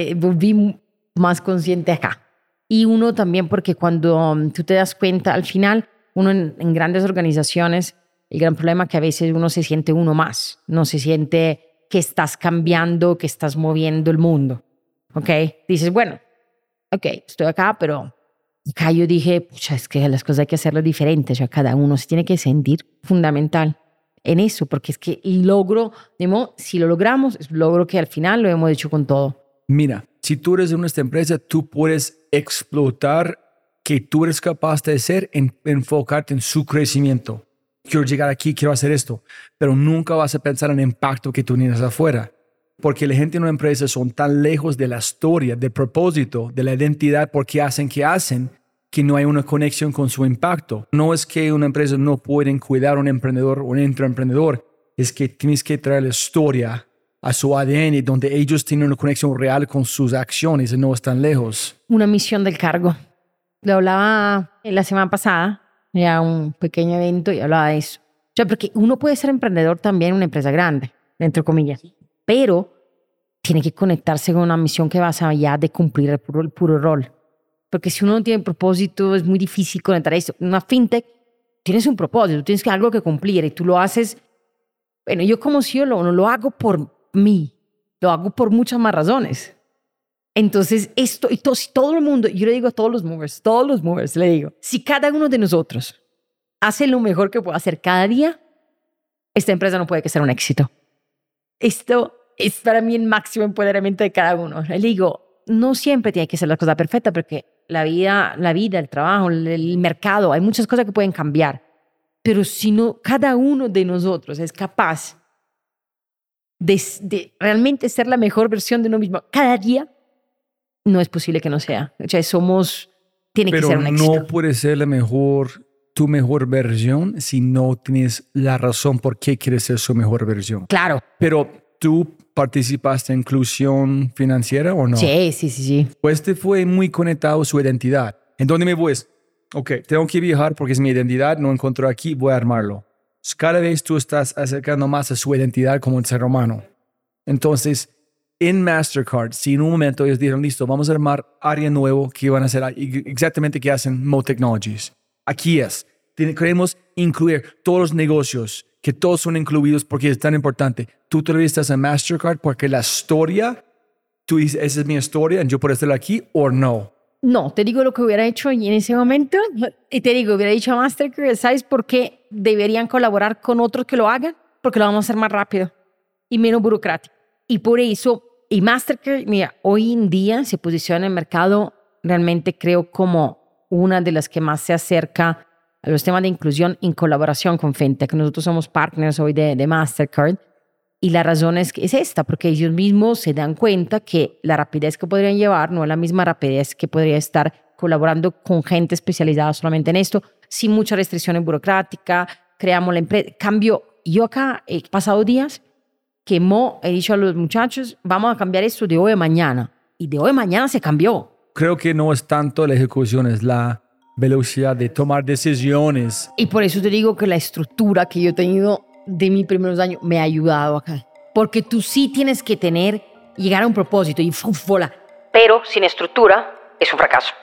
volví más consciente acá. Y uno también porque cuando tú te das cuenta, al final, uno en grandes organizaciones, el gran problema es que a veces uno se siente uno más, no se siente que estás cambiando, que estás moviendo el mundo. ¿Ok? Dices, bueno, ok, estoy acá, pero acá yo dije, pucha, es que las cosas hay que hacerlas diferentes. O sea, cada uno se tiene que sentir fundamental en eso, porque es que el logro, si lo logramos, es un logro que al final lo hemos hecho con todo. Mira, si tú eres de nuestra empresa, tú puedes explotar que tú eres capaz de hacer, enfocarte en su crecimiento. Quiero llegar aquí, quiero hacer esto, pero nunca vas a pensar en el impacto que tú tienes afuera. Porque la gente en una empresa son tan lejos de la historia, del propósito, de la identidad, por qué hacen, que no hay una conexión con su impacto. No es que una empresa no pueden cuidar a un emprendedor o un intraemprendedor, es que tienes que traer la historia a su ADN, donde ellos tienen una conexión real con sus acciones y no están lejos. Una misión del cargo. Lo hablaba la semana pasada, ya un pequeño evento, y hablaba de eso. O sea, porque uno puede ser emprendedor también en una empresa grande, entre comillas, pero tiene que conectarse con una misión que va más allá de cumplir el puro rol. Porque si uno no tiene propósito, es muy difícil conectar eso. En una fintech tienes un propósito, tienes algo que cumplir y tú lo haces. Bueno, yo como CEO no lo hago por mí, lo hago por muchas más razones. Entonces, esto, y todo el mundo, yo le digo a todos los movers, le digo, si cada uno de nosotros hace lo mejor que puede hacer cada día, esta empresa no puede que sea un éxito. Esto es para mí el máximo empoderamiento de cada uno. Le digo, no siempre tiene que ser la cosa perfecta porque la vida, el trabajo, el mercado, hay muchas cosas que pueden cambiar. Pero si no, cada uno de nosotros es capaz de realmente ser la mejor versión de uno mismo cada día, no es posible que no sea. O sea, tiene que ser un éxito. Pero no puede ser tu mejor versión si no tienes la razón por qué quieres ser su mejor versión. Claro. Pero ¿tú participaste en inclusión financiera o no? Sí. Pues te fue muy conectado a su identidad. ¿En dónde me voy? Ok, tengo que viajar porque es mi identidad, no encuentro aquí, voy a armarlo. Cada vez tú estás acercando más a su identidad como un ser humano. Entonces, en Mastercard, si en un momento ellos dijeron, listo, vamos a armar área nuevo que van a hacer exactamente que hacen Mo Technologies. Aquí es. Queremos incluir todos los negocios, que todos son incluidos porque es tan importante. Tú todavía estás en Mastercard porque la historia, tú dices, esa es mi historia, yo puedo estar aquí o no. No, te digo lo que hubiera hecho y en ese momento, y te digo, hubiera dicho a Mastercard, ¿sabes por qué deberían colaborar con otros que lo hagan? Porque lo vamos a hacer más rápido y menos burocrático. Y por eso, y Mastercard, mira, hoy en día se posiciona en el mercado, realmente creo como una de las que más se acerca a los temas de inclusión en colaboración con FinTech. Nosotros somos partners hoy de Mastercard y la razón es esta, porque ellos mismos se dan cuenta que la rapidez que podrían llevar no es la misma rapidez que podría estar colaborando con gente especializada solamente en esto, sin muchas restricciones burocráticas, creamos la empresa. Cambio, yo acá he pasado días que he dicho a los muchachos, vamos a cambiar esto de hoy a mañana. Y de hoy a mañana se cambió. Creo que no es tanto la ejecución, es la velocidad de tomar decisiones. Y por eso te digo que la estructura que yo he tenido de mis primeros años me ha ayudado acá. Porque tú sí tienes que llegar a un propósito y volar. Pero sin estructura es un fracaso.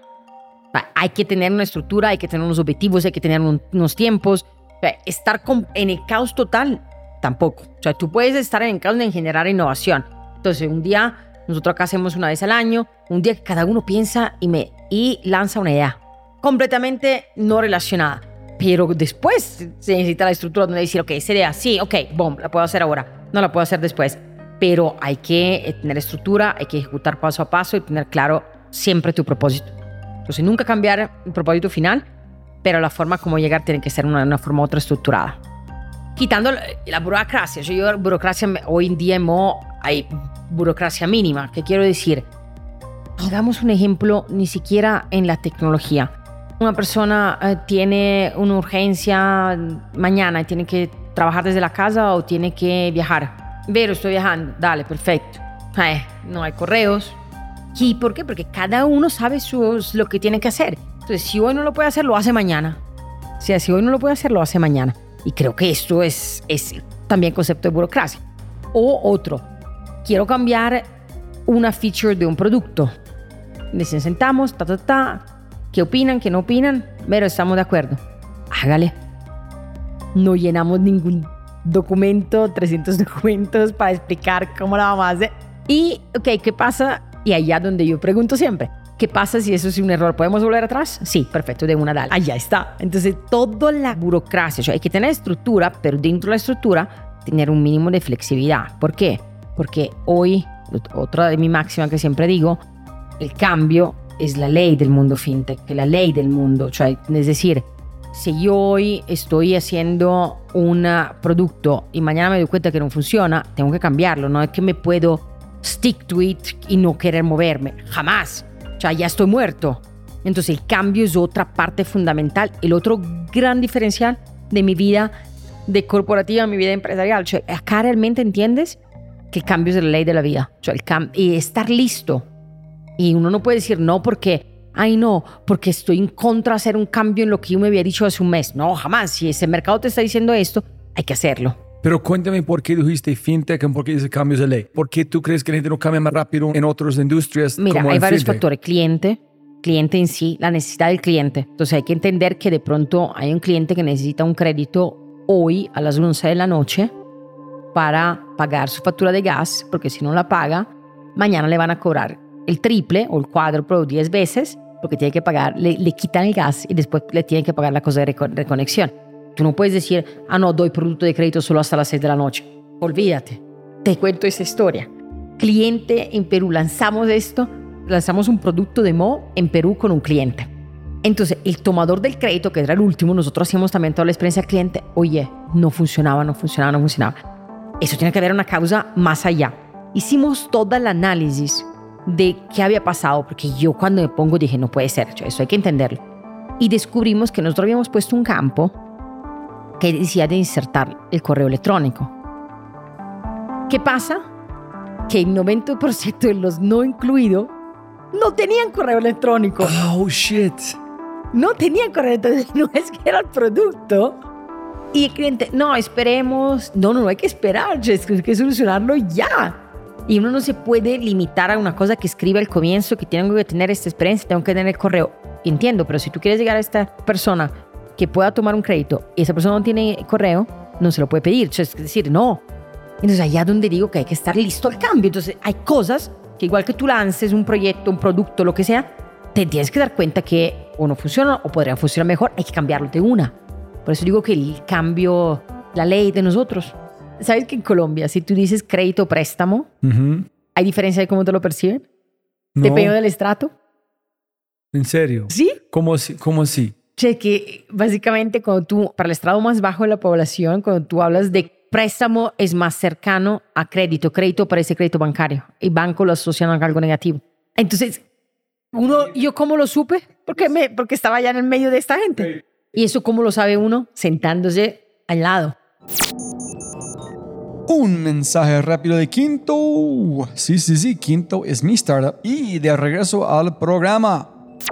Hay que tener una estructura, hay que tener unos objetivos, hay que tener unos tiempos. Estar en el caos total, tampoco. O sea, tú puedes estar en el caos de generar innovación. Entonces, un día, nosotros acá hacemos una vez al año, un día que cada uno piensa y lanza una idea completamente no relacionada. Pero después se necesita la estructura donde decir, ok, esa idea, sí, ok, boom, la puedo hacer ahora, no la puedo hacer después. Pero hay que tener estructura, hay que ejecutar paso a paso y tener claro siempre tu propósito. Entonces, nunca cambiar el propósito final, pero la forma como llegar tiene que ser una forma u otra estructurada. Quitando la burocracia. Yo burocracia, hoy en día hay burocracia mínima. ¿Qué quiero decir? Hagamos un ejemplo, ni siquiera en la tecnología. Una persona tiene una urgencia mañana y tiene que trabajar desde la casa o tiene que viajar. Vero, estoy viajando. Dale, perfecto. No hay correos. ¿Y por qué? Porque cada uno sabe lo que tiene que hacer. Entonces, si hoy no lo puede hacer, lo hace mañana. O sea, si hoy no lo puede hacer, lo hace mañana. Y creo que esto es también concepto de burocracia. O otro, quiero cambiar una feature de un producto. Nos sentamos, ¿qué opinan? ¿Qué no opinan? Pero estamos de acuerdo. Hágale. No llenamos ningún documento, 300 documentos para explicar cómo la vamos a hacer. Y, ok, ¿qué pasa? Y allá donde yo pregunto siempre, ¿qué pasa si eso es un error? ¿Podemos volver atrás? Sí, perfecto, de una dale. Allá está. Entonces, toda la burocracia, o sea, hay que tener estructura, pero dentro de la estructura, tener un mínimo de flexibilidad. ¿Por qué? Porque hoy, otra de mis máximas que siempre digo, el cambio es la ley del mundo fintech, la ley del mundo. O sea, es decir, si yo hoy estoy haciendo un producto y mañana me doy cuenta que no funciona, tengo que cambiarlo. No es que me puedo stick to it y no querer moverme. Jamás. O sea, ya estoy muerto. Entonces, el cambio es otra parte fundamental. El otro gran diferencial de mi vida de corporativa, mi vida empresarial. O sea, acá realmente entiendes que el cambio es la ley de la vida. O sea, y estar listo. Y uno no puede decir no porque, porque estoy en contra de hacer un cambio en lo que yo me había dicho hace un mes. No, jamás. Si ese mercado te está diciendo esto, hay que hacerlo. Pero cuéntame por qué dijiste fintech y por qué dice cambios de ley. ¿Por qué tú crees que la gente no cambia más rápido en otras industrias? Mira, como hay varios fintech? factores. Cliente en sí, la necesidad del cliente. Entonces hay que entender que de pronto hay un cliente que necesita un crédito hoy a las 11 de la noche para pagar su factura de gas, porque si no la paga, mañana le van a cobrar el triple o el cuádruple o 10 veces, porque tiene que pagar, le quitan el gas y después le tienen que pagar la cosa de reconexión. Tú no puedes decir, no, doy producto de crédito solo hasta las 6 de la noche. Olvídate. Te cuento esa historia. Cliente en Perú, lanzamos un producto de Mo en Perú con un cliente. Entonces, el tomador del crédito, que era el último, nosotros hacíamos también toda la experiencia del cliente. Oye, no funcionaba. Eso tiene que haber una causa más allá. Hicimos todo el análisis de qué había pasado, porque yo cuando me pongo dije, no puede ser, eso hay que entenderlo. Y descubrimos que nosotros habíamos puesto un campo que decía de insertar el correo electrónico. ¿Qué pasa? Que el 90% de los no incluidos no tenían correo electrónico. Oh, shit. No tenían correo, entonces no es que era el producto. Y el cliente, no, esperemos. No hay que esperar, es que hay que solucionarlo ya. Y uno no se puede limitar a una cosa que escribe al comienzo, que tengo que tener esta experiencia, tengo que tener el correo. Entiendo, pero si tú quieres llegar a esta persona que pueda tomar un crédito y esa persona no tiene correo, no se lo puede pedir. Entonces, es decir, no. Entonces, allá es donde digo que hay que estar listo al cambio. Entonces, hay cosas que igual que tú lances un proyecto, un producto, lo que sea, te tienes que dar cuenta que o no funciona o podría funcionar mejor, hay que cambiarlo de una. Por eso digo que el cambio, la ley de nosotros. ¿Sabes que en Colombia, si tú dices crédito o préstamo, hay diferencia de cómo te lo perciben? No. Dependiendo del estrato. ¿En serio? ¿Sí? ¿Cómo así? O sea, que básicamente cuando tú, para el estrado más bajo de la población, cuando tú hablas de préstamo, es más cercano a crédito. Crédito parece crédito bancario. Y banco lo asocian a algo negativo. Entonces, ¿yo cómo lo supe? Porque estaba ya en el medio de esta gente. ¿Y eso cómo lo sabe uno? Sentándose al lado. Un mensaje rápido de Quinto. Sí, Quinto es mi startup. Y de regreso al programa.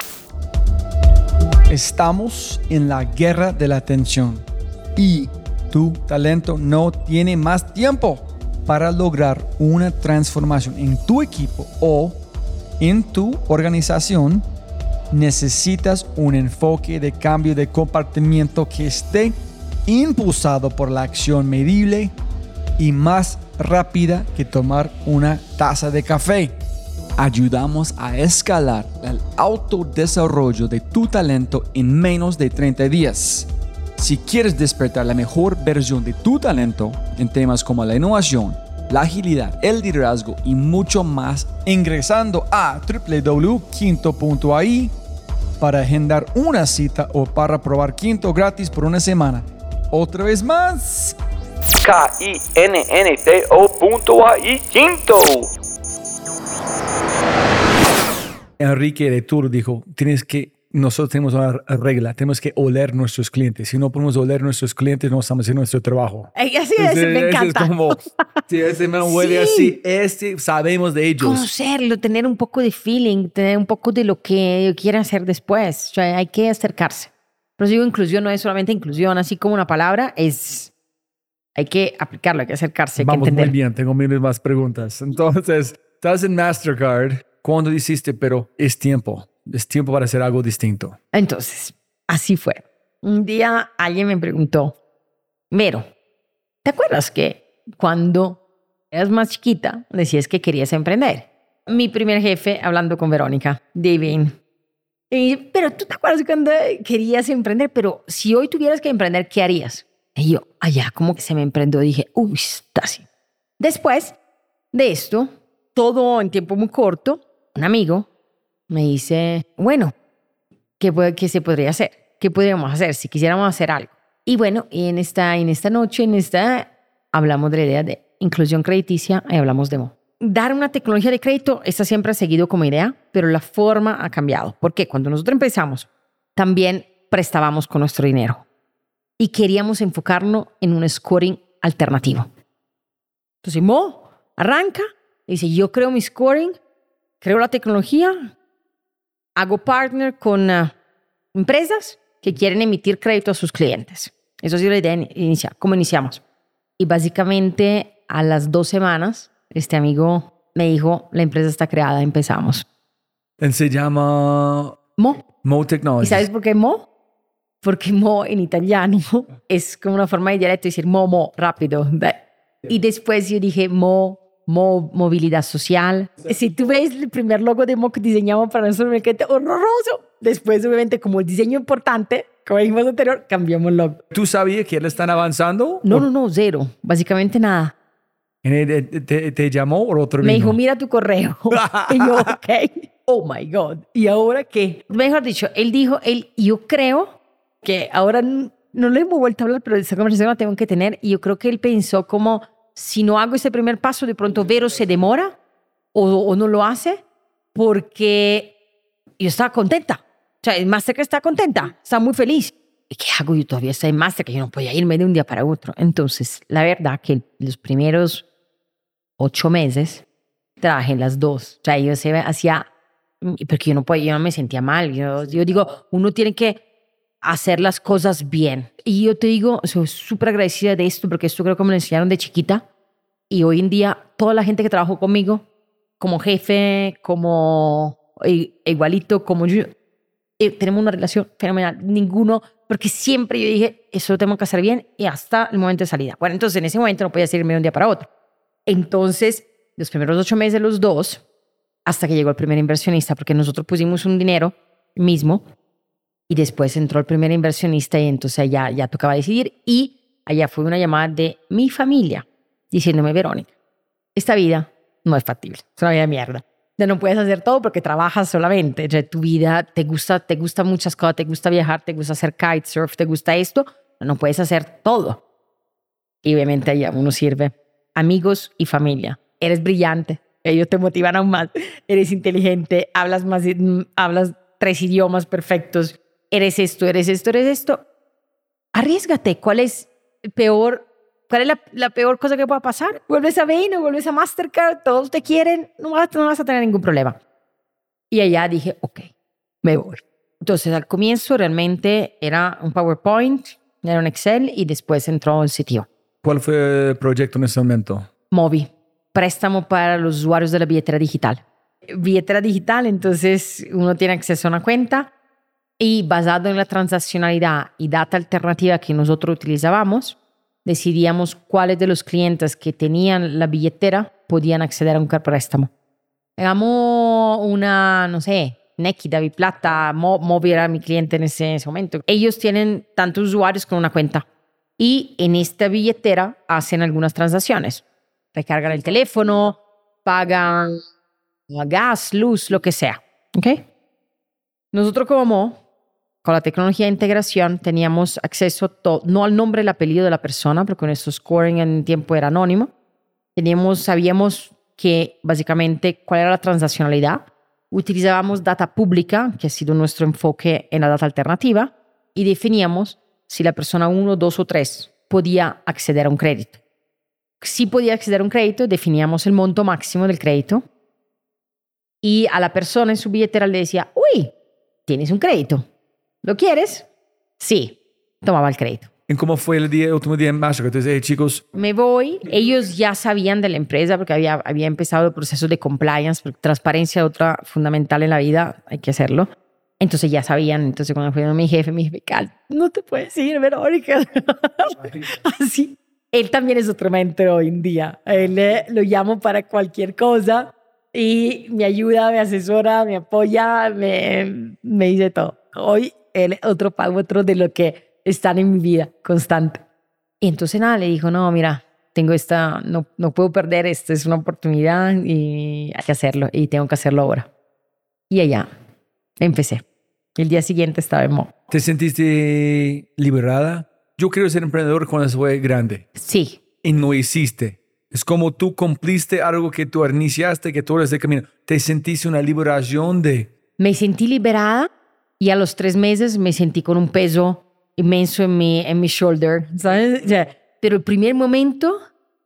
Estamos en la guerra de la atención. Y tu talento no tiene más tiempo para lograr una transformación en tu equipo o en tu organización. Necesitas un enfoque de cambio de comportamiento que esté impulsado por la acción medible y más rápida que tomar una taza de café. Ayudamos a escalar el autodesarrollo de tu talento en menos de 30 días. Si quieres despertar la mejor versión de tu talento en temas como la innovación, la agilidad, el liderazgo y mucho más, ingresando a www.quinto.ai para agendar una cita o para probar Quinto gratis por una semana. Otra vez más, KINNTO.ai Quinto. Enrique de Tour dijo, nosotros tenemos una regla, tenemos que oler nuestros clientes. Si no podemos oler nuestros clientes, no estamos haciendo nuestro trabajo. Así es, me encanta. Es como, si ese me huele Sí. así, sabemos de ellos. Conocerlo, tener un poco de feeling, tener un poco de lo que quieren hacer después. O sea, hay que acercarse. Pero digo, inclusión no es solamente inclusión, así como una palabra, hay que aplicarlo, hay que acercarse, hay que Vamos entender. muy bien, tengo miles más preguntas. Entonces, estás en Mastercard, ¿cuándo dijiste, pero es tiempo para hacer algo distinto? Entonces, así fue. Un día alguien me preguntó, Vero, ¿te acuerdas que cuando eras más chiquita decías que querías emprender? Mi primer jefe, hablando con Verónica, David, pero tú te acuerdas cuando querías emprender, pero si hoy tuvieras que emprender, ¿qué harías? Y yo, allá como que se me emprendió, dije, uy, está así. Después de esto, todo en tiempo muy corto, un amigo me dice, bueno, ¿qué se podría hacer? ¿Qué podríamos hacer si quisiéramos hacer algo? Y bueno, y en esta noche, hablamos de la idea de inclusión crediticia y hablamos de Mo. Dar una tecnología de crédito, esta siempre ha seguido como idea, pero la forma ha cambiado. Porque cuando nosotros empezamos, también prestábamos con nuestro dinero y queríamos enfocarlo en un scoring alternativo. Entonces Mo arranca y dice, yo creo mi scoring, creo la tecnología, hago partner con empresas que quieren emitir crédito a sus clientes. Eso ha sido la idea inicial, cómo iniciamos. Y básicamente a las 2 semanas, este amigo me dijo, la empresa está creada, empezamos. Él se llama Mo Technologies. ¿Y sabes por qué Mo? Porque Mo en italiano es como una forma de dialecto de decir Mo, rápido. Y después yo dije Mo, movilidad social. Si tú ves el primer logo de Mo que diseñamos para nosotros, me quedé horroroso. Después, obviamente, como el diseño importante, como dijimos anterior, cambiamos el logo. ¿Tú sabías que él están avanzando? No, cero. Básicamente nada. ¿Te llamó o otro Me vino? dijo, mira tu correo. Y yo, ok. Oh, my God. ¿Y ahora qué? Mejor dicho, él dijo, yo creo que ahora no le hemos vuelto a hablar, pero esa conversación la tengo que tener. Y yo creo que él pensó como, si no hago ese primer paso, de pronto Vero se demora o no lo hace porque yo estaba contenta. O sea, el Mastercard está contenta, está muy feliz. ¿Y qué hago? Yo todavía estoy en Mastercard, yo no podía irme de un día para otro. Entonces, la verdad que los primeros 8 meses trabajé en las dos. O sea, yo se hacía, porque yo no me sentía mal. Yo digo, uno tiene que hacer las cosas bien. Y yo te digo, soy súper agradecida de esto, porque esto creo que me lo enseñaron de chiquita. Y hoy en día, toda la gente que trabajó conmigo, como jefe, como igualito, como yo, tenemos una relación fenomenal. Ninguno, porque siempre yo dije, eso lo tengo que hacer bien y hasta el momento de salida. Bueno, entonces en ese momento no podía irme de un día para otro. Entonces, los primeros 8 meses los dos, hasta que llegó el primer inversionista, porque nosotros pusimos un dinero mismo y después entró el primer inversionista y entonces ya tocaba decidir. Y allá fue una llamada de mi familia diciéndome, Verónica, esta vida no es factible, es una vida de mierda. Ya no puedes hacer todo porque trabajas solamente. O sea, tu vida te gusta muchas cosas, te gusta viajar, te gusta hacer kitesurf, te gusta esto, no puedes hacer todo. Y obviamente allá uno sirve amigos y familia. Eres brillante, ellos te motivan aún más. Eres inteligente, hablas 3 idiomas perfectos. Eres esto. Arriésgate. ¿Cuál es la peor cosa que pueda pasar? Vuelves a Bain o vuelves a Mastercard, todos te quieren, no vas a tener ningún problema. Y allá dije, ok, me voy. Entonces al comienzo realmente era un PowerPoint, era un Excel y después entró el CTO. ¿Cuál fue el proyecto en ese momento? Movi, préstamo para los usuarios de la billetera digital. Billetera digital, entonces uno tiene acceso a una cuenta y basado en la transaccionalidad y data alternativa que nosotros utilizábamos, decidíamos cuáles de los clientes que tenían la billetera podían acceder a un préstamo. Éramos una, no sé, Nequi, David Plata, Movi era mi cliente en ese momento. Ellos tienen tantos usuarios con una cuenta y en esta billetera hacen algunas transacciones. Recargan el teléfono, pagan gas, luz, lo que sea. ¿Ok? Nosotros como con la tecnología de integración teníamos acceso no al nombre y el apellido de la persona, porque nuestro scoring en tiempo era anónimo. Sabíamos que básicamente cuál era la transaccionalidad. Utilizábamos data pública, que ha sido nuestro enfoque en la data alternativa, y definíamos si la persona 1, 2 o 3 podía acceder a un crédito. Si podía acceder a un crédito, definíamos el monto máximo del crédito y a la persona en su billetera le decía, uy, tienes un crédito. ¿Lo quieres? Sí. Tomaba el crédito. ¿Y cómo fue el último día en Mastercard? Entonces, chicos. Me voy. Ellos ya sabían de la empresa porque había empezado el proceso de compliance. Porque transparencia, otra fundamental en la vida, hay que hacerlo. Entonces ya sabían. Entonces cuando fue mi jefe, no te puedes ir, Verónica. Así. Él también es otro mentor hoy en día. Él lo llamo para cualquier cosa y me ayuda, me asesora, me apoya, me dice todo. Hoy él otro de lo que están en mi vida constante. Y entonces nada, le dijo, no, mira, tengo no puedo perder, esta es una oportunidad y hay que hacerlo y tengo que hacerlo ahora. Y allá empecé. El día siguiente estaba en Mo. ¿Te sentiste liberada? Yo quiero ser emprendedor cuando soy grande. Sí. Y no hiciste. Es como tú cumpliste algo que tú iniciaste, que tú eres de camino. ¿Te sentiste una liberación de...? Me sentí liberada y a los 3 meses me sentí con un peso inmenso en mi shoulder, ¿sabes? O sea, pero el primer momento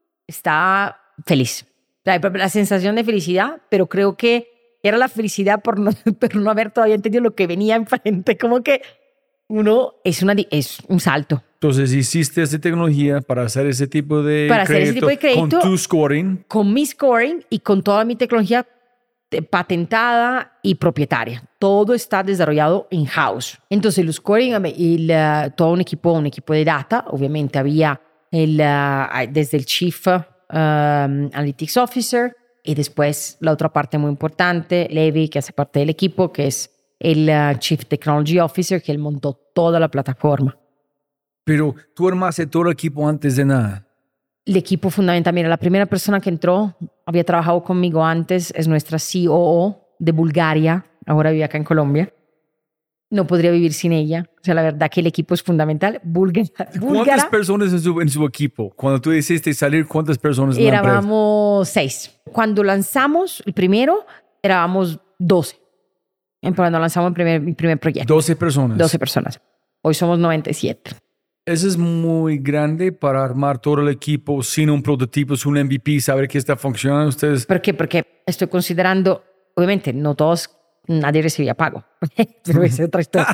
estaba feliz. La sensación de felicidad, pero creo que era la felicidad por no haber todavía entendido lo que venía enfrente. Como que es un salto. Entonces hiciste esa tecnología para hacer ese tipo de crédito con tu scoring. Con mi scoring y con toda mi tecnología patentada y propietaria. Todo está desarrollado in-house. Entonces el scoring y todo un equipo de data. Obviamente había desde el Chief Analytics Officer y después la otra parte muy importante, Levi, que hace parte del equipo, que es el Chief Technology Officer, que él montó toda la plataforma. Pero tú armaste todo el equipo antes de nada. El equipo fundamental, mira, la primera persona que entró, había trabajado conmigo antes, es nuestra COO de Bulgaria, ahora vive acá en Colombia. No podría vivir sin ella. O sea, la verdad que el equipo es fundamental. ¿Cuántas personas en su equipo? Cuando tú decidiste salir, ¿cuántas personas en la empresa? Éramos 6. Cuando lanzamos el primero, éramos 12. Cuando lanzamos mi primer proyecto. 12 personas. 12 personas. Hoy somos 97. Eso es muy grande para armar todo el equipo sin un prototipo, sin un MVP, saber que está funcionando. Ustedes. ¿Por qué? Porque estoy considerando, obviamente, nadie recibía pago. Pero esa es otra historia.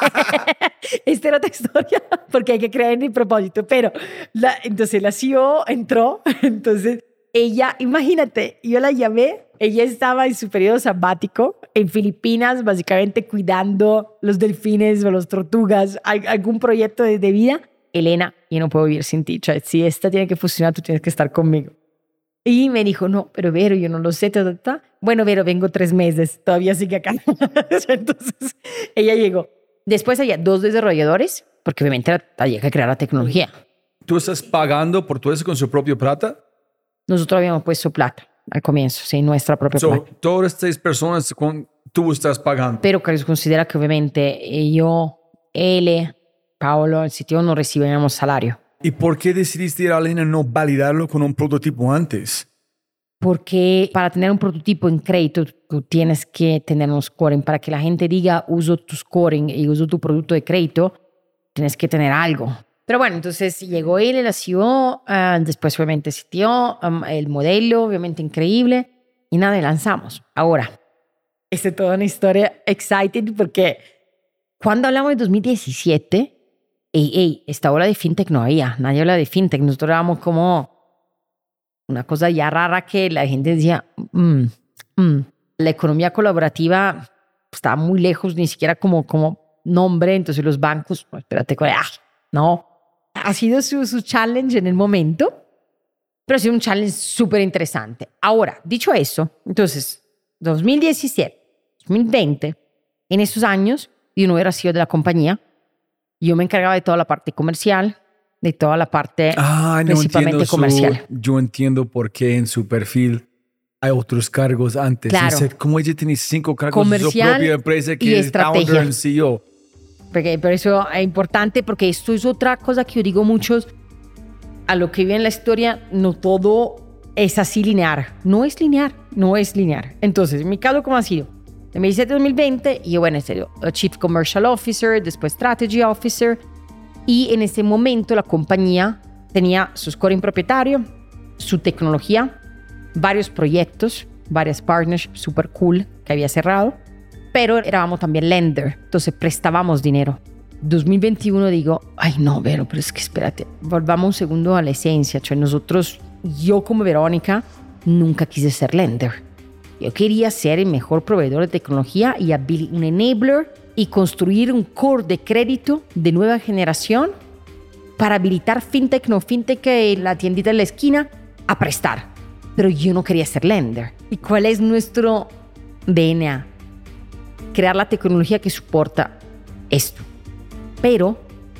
Esta era otra historia, porque hay que creer en el propósito. Pero entonces la CEO entró, entonces ella, imagínate, yo la llamé ella estaba en su periodo sabático en Filipinas, básicamente cuidando los delfines o los tortugas, algún proyecto de vida. Elena, yo no puedo vivir sin ti. O sea, si esta tiene que funcionar, tú tienes que estar conmigo. Y me dijo, no, pero Vero, yo no lo sé. Bueno, Vero, vengo 3 meses, todavía sigue acá. Entonces, ella llegó. Después había 2 desarrolladores, porque obviamente había que crear la tecnología. ¿Tú estás pagando por todo eso con su propia plata? Nosotros habíamos puesto plata al comienzo, sí, nuestra propia plata. Todas estas personas tú estás pagando. Pero Carlos considera que obviamente yo, él, Paolo, el CTO no recibíamos salario. ¿Y por qué decidiste ir a Elena no validarlo con un prototipo antes? Porque para tener un prototipo en crédito, tú tienes que tener un scoring. Para que la gente diga, uso tu scoring y uso tu producto de crédito, tienes que tener algo. Pero bueno, entonces llegó él, el CEO, después obviamente CTO, el modelo, obviamente increíble, y nada, lanzamos. Ahora, esta es toda una historia exciting porque cuando hablamos de 2017, esta ola de fintech no había, nadie habla de fintech, nosotros éramos como una cosa ya rara que la gente decía, la economía colaborativa estaba muy lejos, ni siquiera como nombre, entonces los bancos, espérate, no. Ha sido su challenge en el momento, pero ha sido un challenge súper interesante. Ahora, dicho eso, entonces, 2017, 2020, en esos años, yo no era CEO de la compañía, yo me encargaba de toda la parte comercial, de toda la parte principalmente comercial. Yo entiendo por qué en su perfil hay otros cargos antes. Claro. ¿Cómo ella tiene 5 cargos comercial en su propia empresa que es founder y CEO? Pero eso es importante porque esto es otra cosa que yo digo muchos. A lo que viene en la historia, no todo es así lineal. No es lineal. Entonces, en mi caso, ¿cómo ha sido? En 2017-2020, yo, bueno, en serio, Chief Commercial Officer, después Strategy Officer. Y en ese momento la compañía tenía su scoring propietario, su tecnología, varios proyectos, varias partnerships super cool que había cerrado. Pero éramos también lender, entonces prestábamos dinero. 2021 digo, ay no, pero es que espérate, volvamos un segundo a la esencia. Yo como Verónica, nunca quise ser lender. Yo quería ser el mejor proveedor de tecnología y un enabler y construir un core de crédito de nueva generación para habilitar fintech, no fintech, la tiendita de la esquina, a prestar. Pero yo no quería ser lender. ¿Y cuál es nuestro DNA? Crear la tecnología que soporta esto. Pero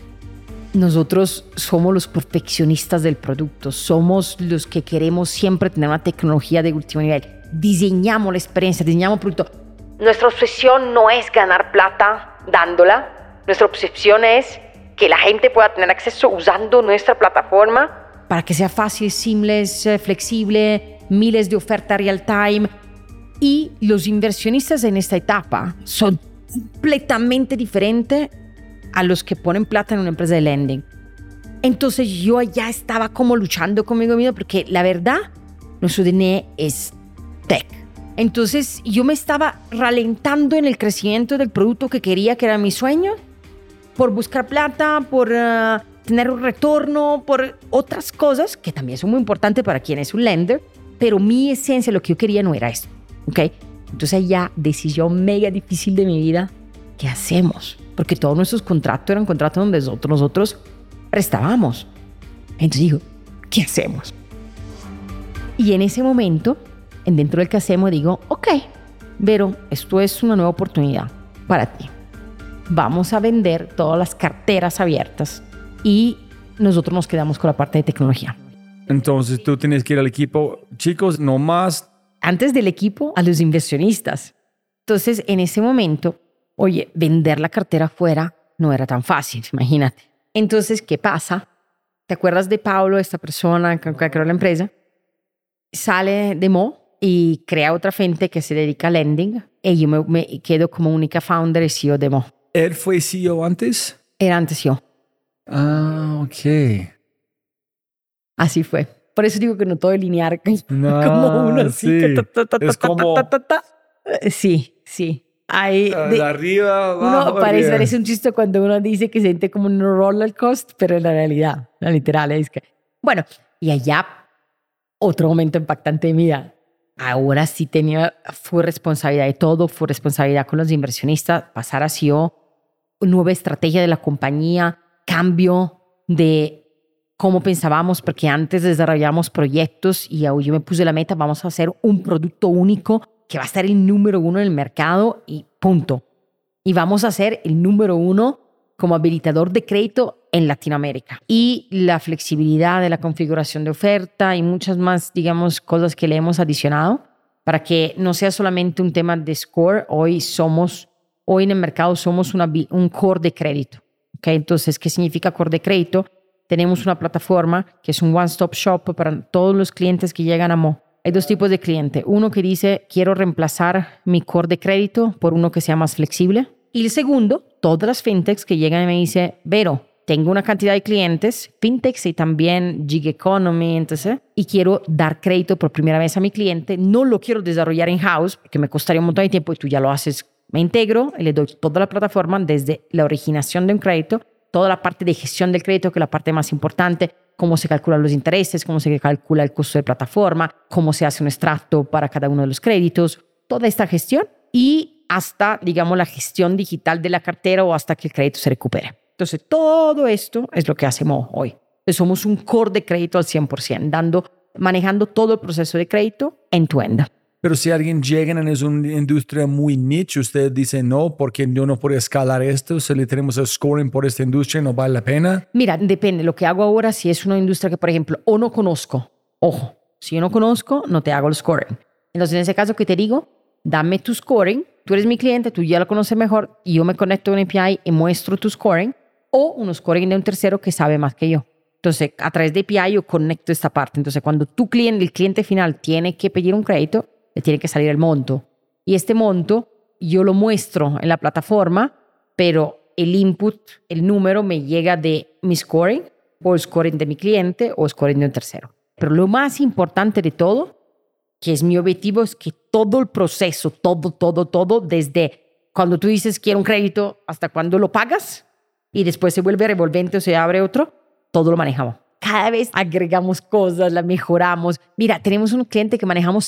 nosotros somos los perfeccionistas del producto, somos los que queremos siempre tener una tecnología de último nivel. Diseñamos la experiencia, diseñamos el producto. Nuestra obsesión no es ganar plata dándola. Nuestra obsesión es que la gente pueda tener acceso usando nuestra plataforma. Para que sea fácil, seamless, flexible, miles de ofertas real time. Y los inversionistas en esta etapa son completamente diferentes a los que ponen plata en una empresa de lending. Entonces yo ya estaba como luchando conmigo mismo porque la verdad, nuestro DNA es tech. Entonces yo me estaba ralentando en el crecimiento del producto que quería, que era mi sueño, por buscar plata, por tener un retorno, por otras cosas que también son muy importantes para quien es un lender, pero mi esencia, lo que yo quería no era eso. ¿Okay? Entonces ya decisión mega difícil de mi vida, ¿qué hacemos? Porque todos nuestros contratos eran contratos donde nosotros prestábamos. Entonces digo, ¿qué hacemos? Y en ese momento, dentro del que hacemos, digo, ok, Vero, esto es una nueva oportunidad para ti. Vamos a vender todas las carteras abiertas y nosotros nos quedamos con la parte de tecnología. Entonces tú tienes que ir al equipo, chicos, no más. Antes del equipo, a los inversionistas. Entonces, en ese momento, oye, vender la cartera afuera no era tan fácil, imagínate. Entonces, ¿qué pasa? ¿Te acuerdas de Pablo, esta persona que creó la empresa? Sale de Mo y crea otra gente que se dedica a lending y yo me quedo como única founder y CEO de Mo. ¿Él fue CEO antes? Era antes yo. Ah, ok. Así fue. Por eso digo que no todo es lineal, No, como uno así. sí. Es como... Sí. Ahí, de arriba, abajo, uno parece un chiste cuando uno dice que se siente como un roller coaster, pero en la realidad, la literal es que... Bueno, y allá, otro momento impactante de mi vida. Ahora sí fue responsabilidad de todo, fue responsabilidad con los inversionistas, pasar a CEO, nueva estrategia de la compañía, cambio de cómo pensábamos, porque antes desarrollamos proyectos y yo me puse la meta, vamos a hacer un producto único que va a estar el número 1 en el mercado y punto. Y vamos a ser el número 1 como habilitador de crédito en Latinoamérica. Y la flexibilidad de la configuración de oferta y muchas más, digamos, cosas que le hemos adicionado para que no sea solamente un tema de score. Hoy en el mercado somos un core de crédito. ¿Okay? Entonces, ¿qué significa core de crédito? Tenemos una plataforma que es un one-stop shop para todos los clientes que llegan a Mo. Hay dos tipos de cliente. Uno que dice, quiero reemplazar mi core de crédito por uno que sea más flexible. Y el segundo, todas las fintechs que llegan y me dicen, Vero, tengo una cantidad de clientes, fintechs y también gig economy, entonces, y quiero dar crédito por primera vez a mi cliente. No lo quiero desarrollar in-house porque me costaría un montón de tiempo y tú ya lo haces. Me integro y le doy toda la plataforma desde la originación de un crédito, toda la parte de gestión del crédito, que es la parte más importante, cómo se calculan los intereses, cómo se calcula el costo de plataforma, cómo se hace un extracto para cada uno de los créditos, toda esta gestión y hasta, digamos, la gestión digital de la cartera o hasta que el crédito se recupere. Entonces, todo esto es lo que hacemos hoy. Entonces, somos un core de crédito al 100%, manejando todo el proceso de crédito end-to-end. Pero si alguien llega en una industria muy niche, usted dice no, porque yo no puedo escalar esto, si le tenemos el scoring por esta industria, no vale la pena. Mira, depende. Lo que hago ahora, si es una industria que, por ejemplo, o no conozco, ojo, si yo no conozco, no te hago el scoring. Entonces, en ese caso que te digo, dame tu scoring, tú eres mi cliente, tú ya lo conoces mejor y yo me conecto a un API y muestro tu scoring o un scoring de un tercero que sabe más que yo. Entonces, a través de API yo conecto esta parte. Entonces, cuando el cliente final tiene que pedir un crédito, le tiene que salir el monto. Y este monto yo lo muestro en la plataforma, pero el input, el número me llega de mi scoring o el scoring de mi cliente o scoring de un tercero. Pero lo más importante de todo, que es mi objetivo, es que todo el proceso, todo, desde cuando tú dices quiero un crédito hasta cuando lo pagas y después se vuelve revolvente o se abre otro, todo lo manejamos. Cada vez agregamos cosas, la mejoramos. Mira, tenemos un cliente que manejamos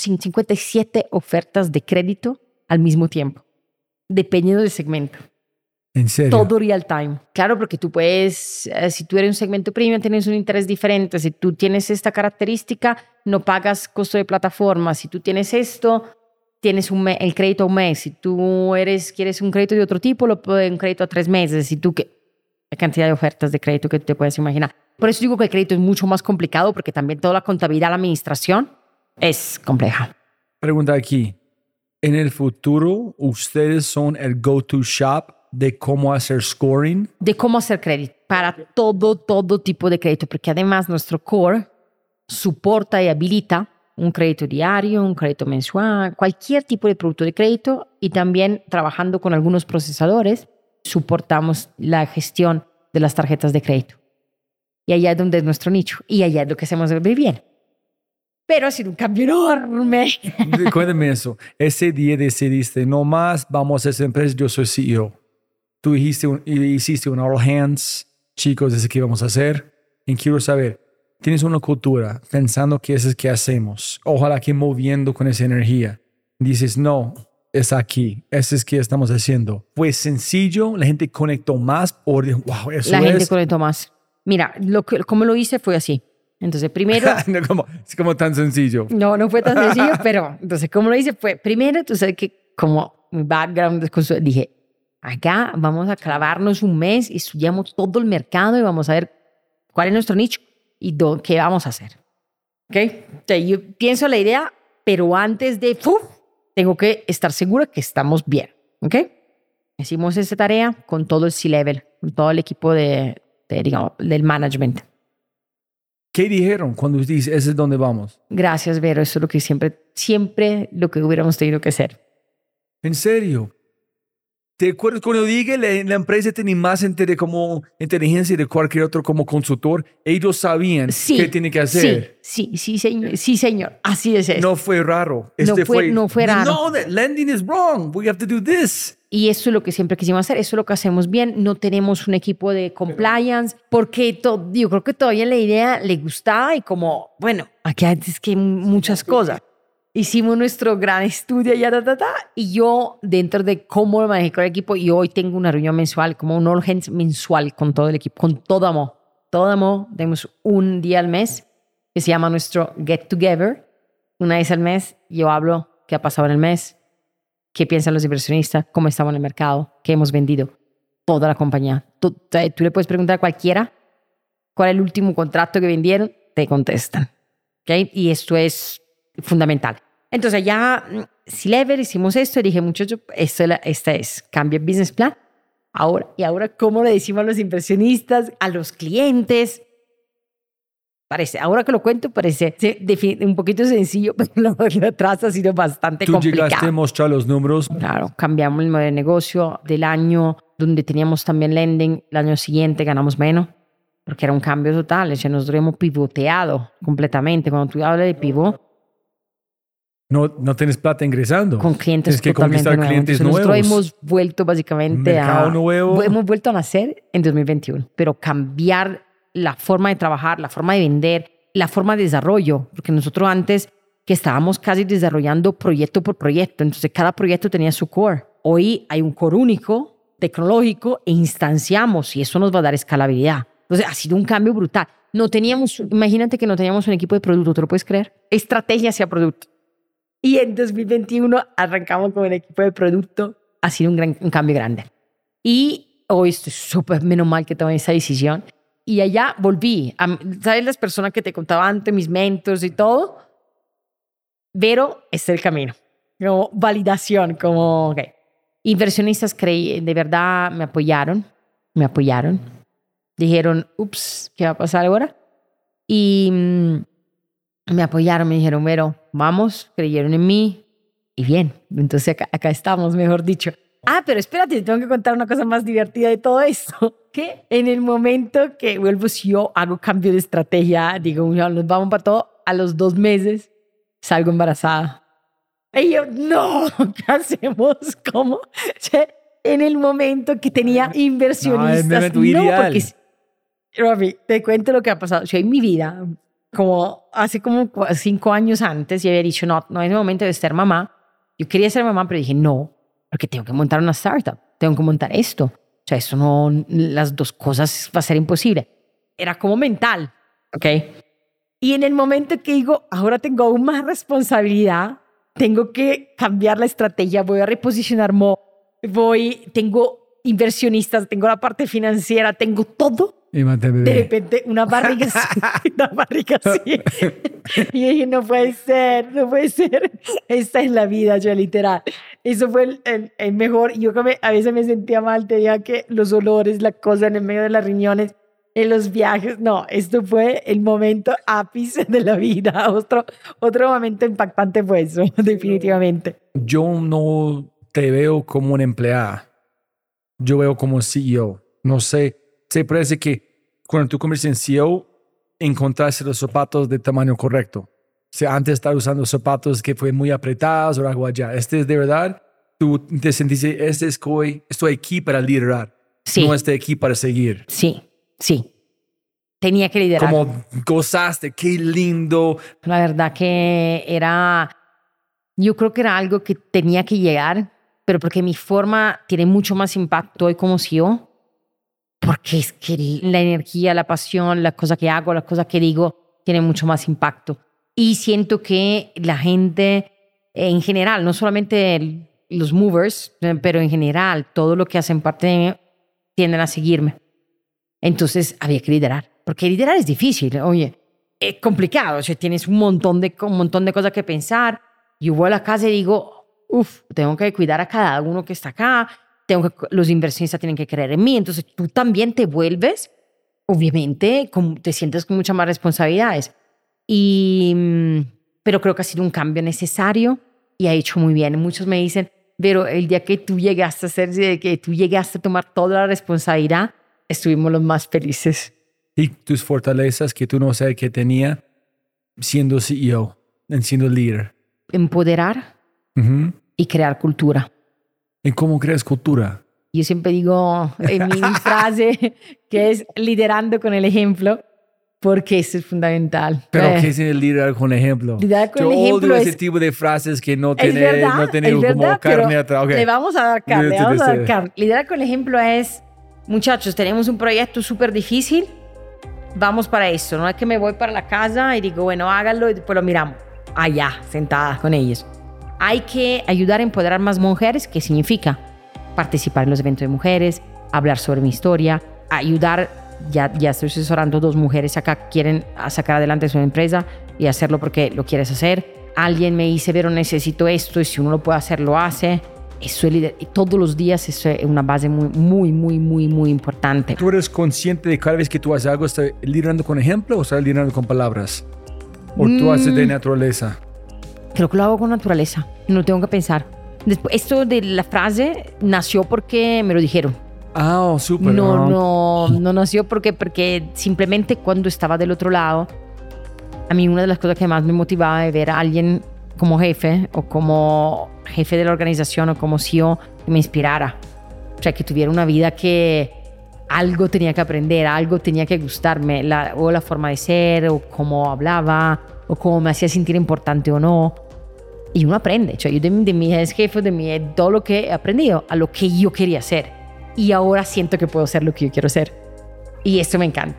57 ofertas de crédito al mismo tiempo, dependiendo del segmento. ¿En serio? Todo real time. Claro, porque tú puedes, si tú eres un segmento premium, tienes un interés diferente. Si tú tienes esta característica, no pagas costo de plataforma. Si tú tienes esto, tienes el crédito a un mes. Si tú quieres un crédito de otro tipo, un crédito a 3 meses. Si tú, la cantidad de ofertas de crédito que te puedes imaginar. Por eso digo que el crédito es mucho más complicado, porque también toda la contabilidad, la administración es compleja. Pregunta aquí. En el futuro, ¿ustedes son el go-to shop de cómo hacer scoring? De cómo hacer crédito para todo tipo de crédito, porque además nuestro core soporta y habilita un crédito diario, un crédito mensual, cualquier tipo de producto de crédito, y también trabajando con algunos procesadores, soportamos la gestión de las tarjetas de crédito. Y allá es donde es nuestro nicho. Y allá es lo que hacemos muy bien. Pero ha sido un cambio enorme. Cuéntame eso. Ese día decidiste, no más, vamos a esa empresa, yo soy CEO. Tú hiciste un all hands, chicos, es que vamos a hacer. Y quiero saber, tienes una cultura pensando que eso es que hacemos. Ojalá que moviendo con esa energía. Dices, no, es aquí. Eso es que estamos haciendo. Fue sencillo, la gente conectó más. Wow, eso es. La gente conectó más. Mira, como lo hice fue así. Entonces, primero... es como tan sencillo. No fue tan sencillo, pero entonces, como lo hice fue, primero, tú sabes que como mi background, dije, acá vamos a clavarnos un mes y estudiamos todo el mercado y vamos a ver cuál es nuestro nicho y qué vamos a hacer. ¿Ok? Entonces, yo pienso la idea, pero antes de... tengo que estar segura que estamos bien. ¿Ok? Hicimos esa tarea con todo el C-Level, con todo el equipo del management. ¿Qué dijeron cuando dices, ese es donde vamos? Gracias, Vero. Eso es lo que siempre lo que hubiéramos tenido que hacer. ¿En serio? ¿Te acuerdas cuando dije la empresa tenía más como inteligencia de cualquier otro como consultor? Ellos sabían qué tienen que hacer. Sí, señor. Así es. No fue raro. No fue raro. No, that lending is wrong. We have to do this. Y eso es lo que siempre quisimos hacer. Eso es lo que hacemos bien. No tenemos un equipo de compliance porque yo creo que todavía la idea le gustaba y como, bueno, aquí es que hay muchas cosas. hicimos nuestro gran estudio y yo dentro de cómo lo manejé con el equipo, y hoy tengo una reunión mensual, como un all hands mensual con todo el equipo, con todo amor. Tenemos un día al mes que se llama nuestro Get Together. Una vez al mes yo hablo qué ha pasado en el mes, qué piensan los inversionistas, cómo estamos en el mercado, qué hemos vendido, toda la compañía. Tú le puedes preguntar a cualquiera cuál es el último contrato que vendieron, te contestan. ¿Okay? Y esto es fundamental. Entonces ya, C-Level, hicimos esto y dije, muchachos, esta es, cambia el business plan. Ahora, ¿cómo le decimos a los inversionistas, a los clientes? Ahora que lo cuento, parece un poquito sencillo, pero lo atrás ha sido bastante complicado. Tú llegaste a mostrar los números. Claro, cambiamos el modelo de negocio del año donde teníamos también lending. El año siguiente ganamos menos, porque era un cambio total. O sea, nosotros hemos pivoteado completamente. Cuando tú hablas de pivot, no tienes plata ingresando. Con clientes tienes que totalmente conquistar nuevos. clientes Entonces, nuevos. nosotros hemos vuelto básicamente mercado nuevo. Hemos vuelto a nacer en 2021, pero cambiar la forma de trabajar, la forma de vender, la forma de desarrollo, porque nosotros antes que estábamos casi desarrollando proyecto por proyecto, entonces cada proyecto tenía su core. Hoy hay un core único, tecnológico, e instanciamos, y eso nos va a dar escalabilidad. Entonces ha sido un cambio brutal. Imagínate que no teníamos un equipo de producto, ¿te lo puedes creer? Estrategia hacia producto. Y en 2021 arrancamos con el equipo de producto. Ha sido un cambio grande. Y hoy estoy súper menos mal que tomé esa decisión. Y allá volví. ¿Sabes las personas que te contaba antes, mis mentors y todo? Pero este es el camino. Como validación, como... Okay. Inversionistas de verdad me apoyaron. Dijeron, ups, ¿qué va a pasar ahora? Y me apoyaron, me dijeron, pero vamos, creyeron en mí. Y bien, entonces acá estamos, mejor dicho. Pero espérate, tengo que contar una cosa más divertida de todo esto. Que en el momento que vuelvo, si yo hago cambio de estrategia, digo, nos vamos para todo, a los 2 meses salgo embarazada. Y yo, no, ¿qué hacemos? ¿Cómo? O sea, en el momento que tenía inversionistas. Porque, Rafi, te cuento lo que ha pasado. Yo en mi vida, hace como 5 años antes, yo había dicho, no es el momento de ser mamá. Yo quería ser mamá, pero dije, no, porque tengo que montar una startup, tengo que montar esto. O sea, eso no, las dos cosas va a ser imposible. Era como mental, ¿ok? Y en el momento que digo, ahora tengo aún más responsabilidad, tengo que cambiar la estrategia, voy a reposicionar tengo inversionistas, tengo la parte financiera, tengo todo. De repente, una barriga así. Y yo dije, no puede ser. Esta es la vida, yo literal. Eso fue el mejor. Yo a veces me sentía mal, te diga que los olores, la cosa en el medio de las riñones, en los viajes. No, esto fue el momento ápice de la vida. Otro momento impactante fue eso, definitivamente. Yo no te veo como una empleada. Yo veo como CEO. No sé. Se parece que cuando tú conviertes en CEO, encontraste los zapatos de tamaño correcto. O sea, antes estaba usando zapatos que fueron muy apretados o algo allá. Este es de verdad, tú te sentiste, estoy aquí para liderar. Sí. No estoy aquí para seguir. Sí. Tenía que liderar. Como gozaste, qué lindo. La verdad que yo creo que era algo que tenía que llegar, pero porque mi forma tiene mucho más impacto hoy como CEO. Porque es que la energía, la pasión, la cosa que hago, la cosa que digo, tiene mucho más impacto. Y siento que la gente en general, no solamente los movers, pero en general, todo lo que hacen parte de mí, tienden a seguirme. Entonces había que liderar. Porque liderar es difícil, oye, es complicado. O sea, tienes un montón de cosas que pensar. Yo voy a la casa y digo, tengo que cuidar a cada uno que está acá. Los inversionistas tienen que creer en mí. Entonces tú también te vuelves, obviamente, te sientes con muchas más responsabilidades. Pero creo que ha sido un cambio necesario y ha hecho muy bien. Muchos me dicen, pero el día que tú llegaste a tomar toda la responsabilidad, estuvimos los más felices. Y tus fortalezas que tú no sabes que tenía siendo CEO, siendo líder. Empoderar y crear cultura. ¿Y cómo creas cultura? Yo siempre digo en mi frase que es liderando con el ejemplo. porque eso es fundamental. Pero ¿qué es el liderar con ejemplo? Liderar con Yo ejemplo odio es... ese tipo de frases que no Es tiene, verdad, no tiene es como verdad, carne pero atrás. Okay. le vamos a dar carne, Sí, vamos sí, a dar sí. carne. Liderar con ejemplo es, muchachos, tenemos un proyecto súper difícil, vamos para eso. No es que me voy para la casa y digo, bueno, háganlo y después lo miramos. Allá, sentada con ellos. Hay que ayudar a empoderar más mujeres, que significa participar en los eventos de mujeres, hablar sobre mi historia, ayudar. Ya estoy asesorando 2 mujeres acá que quieren sacar adelante su empresa y hacerlo porque lo quieres hacer. Alguien me dice, pero necesito esto, y si uno lo puede hacer, lo hace. Eso es y todos los días eso es una base muy importante. ¿Tú eres consciente de cada vez que tú haces algo, estás liderando con ejemplo o estás liderando con palabras? ¿O tú haces de naturaleza? Creo que lo hago con naturaleza, no tengo que pensar. Después, esto de la frase nació porque me lo dijeron. Ah, súper. No nació porque simplemente cuando estaba del otro lado, a mí una de las cosas que más me motivaba es ver a alguien como jefe o como jefe de la organización o como CEO que me inspirara. O sea, que tuviera una vida que algo tenía que aprender, algo tenía que gustarme, o la forma de ser, o cómo hablaba, o cómo me hacía sentir importante o no. Y uno aprende. O sea, yo de mis jefes, de todo lo que he aprendido, a lo que yo quería hacer. Y ahora siento que puedo ser lo que yo quiero ser. Y esto me encanta.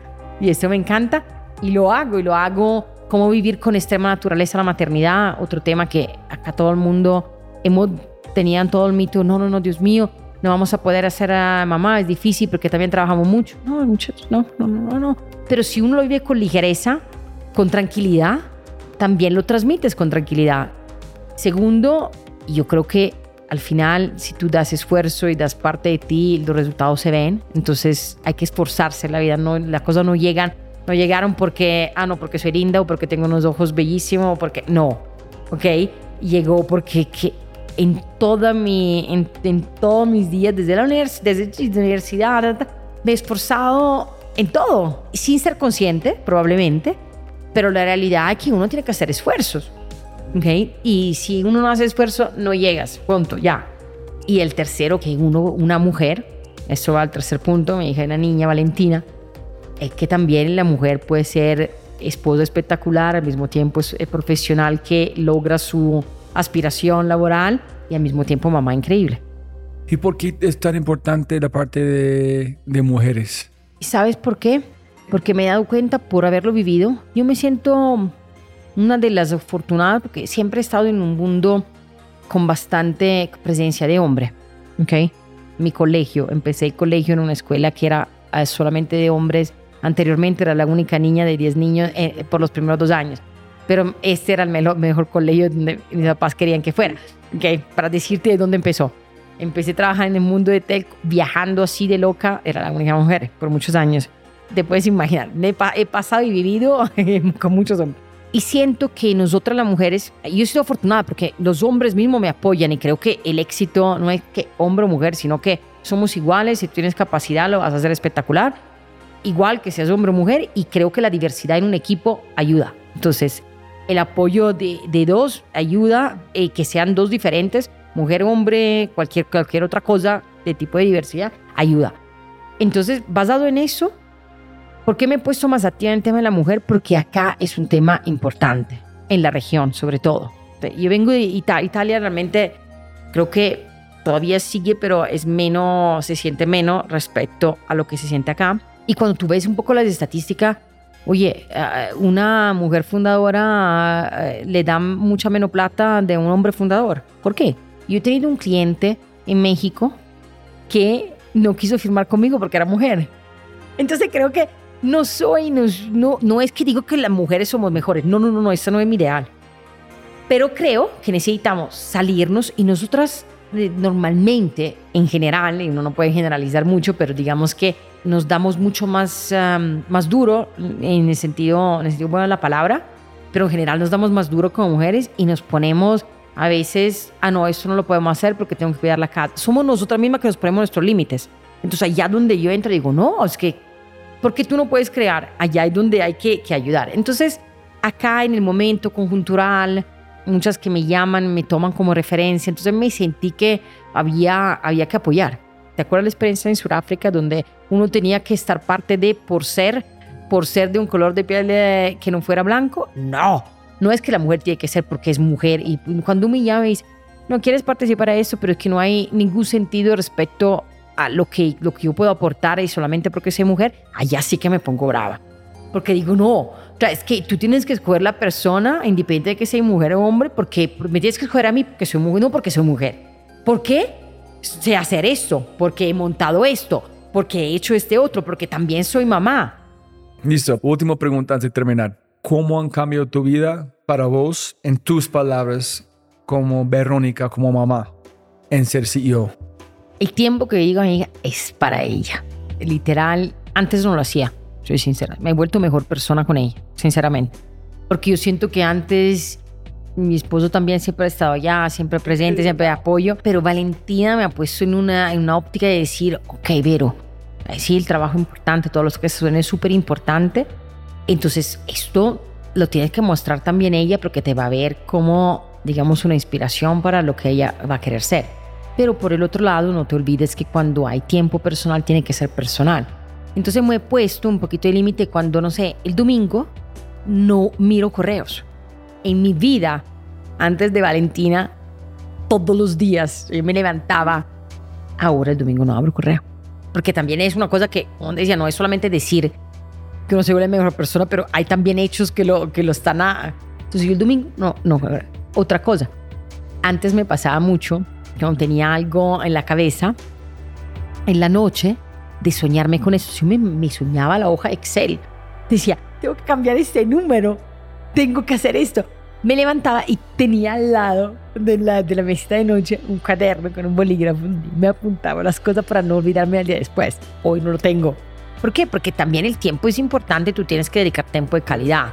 Y lo hago. Cómo vivir con extrema naturaleza la maternidad. Otro tema que acá todo el mundo tenían todo el mito. No, Dios mío, no vamos a poder hacer a mamá, es difícil porque también trabajamos mucho. No, muchachos, no. Pero si uno lo vive con ligereza, con tranquilidad, también lo transmites con tranquilidad. Segundo, yo creo que al final, si tú das esfuerzo y das parte de ti, los resultados se ven. Entonces hay que esforzarse en la vida. No, las cosas no llegaron porque, porque soy linda o porque tengo unos ojos bellísimos o porque... No, ¿ok? Llegó porque en todos mis días, desde la universidad, me he esforzado en todo, sin ser consciente, probablemente, pero la realidad es que uno tiene que hacer esfuerzos. Okay. Y si uno no hace esfuerzo, no llegas, punto, ya. Y el tercero, que una mujer, eso va al tercer punto, mi hija era niña, Valentina, es que también la mujer puede ser esposa espectacular, al mismo tiempo es profesional que logra su aspiración laboral y al mismo tiempo mamá increíble. ¿Y por qué es tan importante la parte de mujeres? ¿Y sabes por qué? Porque me he dado cuenta por haberlo vivido. Yo me siento una de las afortunadas porque siempre he estado en un mundo con bastante presencia de hombre. ¿Okay? Mi colegio, empecé el colegio en una escuela que era solamente de hombres. Anteriormente era la única niña de 10 niños por los primeros 2 años. Pero este era el mejor colegio donde mis papás querían que fuera. ¿Okay? Para decirte de dónde empezó. Empecé a trabajar en el mundo de tech, viajando así de loca. Era la única mujer por muchos años. Te puedes imaginar. He pasado y vivido con muchos hombres. Y siento que nosotras las mujeres, yo he sido afortunada porque los hombres mismos me apoyan y creo que el éxito no es que hombre o mujer, sino que somos iguales. Si tienes capacidad lo vas a hacer espectacular, igual que seas hombre o mujer, y creo que la diversidad en un equipo ayuda. Entonces, el apoyo de 2 ayuda, que sean 2 diferentes, mujer, hombre, cualquier otra cosa de tipo de diversidad, ayuda. Entonces, basado en eso, ¿por qué me he puesto más activa en el tema de la mujer? Porque acá es un tema importante, en la región sobre todo. Yo vengo de Italia, realmente creo que todavía sigue, pero se siente menos respecto a lo que se siente acá. Y cuando tú ves un poco las estadísticas, oye, una mujer fundadora le da mucha menos plata de un hombre fundador. ¿Por qué? Yo he tenido un cliente en México que no quiso firmar conmigo porque era mujer. Entonces creo que no es que digo que las mujeres somos mejores. No, eso no es mi ideal. Pero creo que necesitamos salirnos y nosotras normalmente, en general, y uno no puede generalizar mucho, pero digamos que nos damos mucho más duro en el sentido bueno de la palabra, pero en general nos damos más duro como mujeres y nos ponemos a veces, esto no lo podemos hacer porque tengo que cuidar la casa. Somos nosotras mismas que nos ponemos nuestros límites. Entonces allá donde yo entro digo, no, es que ¿por qué tú no puedes crear? Allá es donde hay que ayudar. Entonces, acá en el momento conjuntural, muchas que me llaman, me toman como referencia. Entonces me sentí que había que apoyar. ¿Te acuerdas la experiencia en Sudáfrica donde uno tenía que estar parte de por ser por ser de un color de piel que no fuera blanco. No es que la mujer tiene que ser porque es mujer. Y cuando me llama y dice, no quieres participar a esto, pero es que no hay ningún sentido respecto a lo que yo puedo aportar y solamente porque soy mujer, allá sí que me pongo brava. Porque digo, no, o sea, es que tú tienes que escoger la persona independiente de que sea mujer o hombre, porque me tienes que escoger a mí porque soy mujer, no porque soy mujer. ¿Por qué? Sé hacer esto, porque he montado esto, porque he hecho este otro, porque también soy mamá. Listo, última pregunta antes de terminar. ¿Cómo han cambiado tu vida para vos, en tus palabras, como Verónica, como mamá, en ser CEO? El tiempo que digo a ella es para ella. Literal, antes no lo hacía, soy sincera. Me he vuelto mejor persona con ella, sinceramente. Porque yo siento que antes mi esposo también siempre ha estado allá, siempre presente, siempre de apoyo. Pero Valentina me ha puesto en una óptica de decir, ok, Vero, sí, el trabajo es importante, todo lo que suena es súper importante. Entonces, esto lo tienes que mostrar también ella porque te va a ver como, digamos, una inspiración para lo que ella va a querer ser. Pero por el otro lado, no te olvides que cuando hay tiempo personal, tiene que ser personal. Entonces me he puesto un poquito de límite cuando, no sé, el domingo no miro correos. En mi vida, antes de Valentina, todos los días yo me levantaba. Ahora el domingo no abro correo. Porque también es una cosa que, como decía, no es solamente decir que uno se vuelve mejor persona, pero hay también hechos que lo están a... Entonces yo el domingo, no. Otra cosa. Antes me pasaba mucho, cuando tenía algo en la cabeza, en la noche, de soñarme con eso. Yo me soñaba la hoja Excel. Decía, tengo que cambiar este número, tengo que hacer esto. Me levantaba y tenía al lado de la mesita de noche un cuaderno con un bolígrafo. Me apuntaba las cosas para no olvidarme al día después. Hoy no lo tengo. ¿Por qué? Porque también el tiempo es importante. Tú tienes que dedicar tiempo de calidad.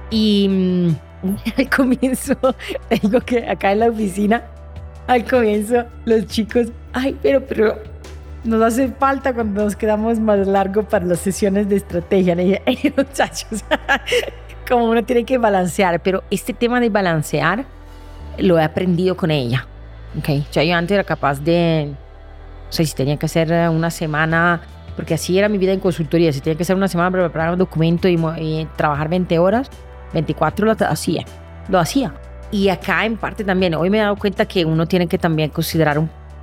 Y al comienzo, digo que acá en la oficina, al comienzo los chicos, ay, pero nos hace falta cuando nos quedamos más largo para las sesiones de estrategia. Le dije, hey, muchachos, como uno tiene que balancear, pero este tema de balancear lo he aprendido con ella. Okay. Ya yo antes era capaz de, o sea, si tenía que hacer una semana, porque así era mi vida en consultoría, si tenía que hacer una semana para preparar un documento y trabajar 20 horas, 24 lo hacía. Y acá en parte también, hoy me he dado cuenta que uno tiene que también considerar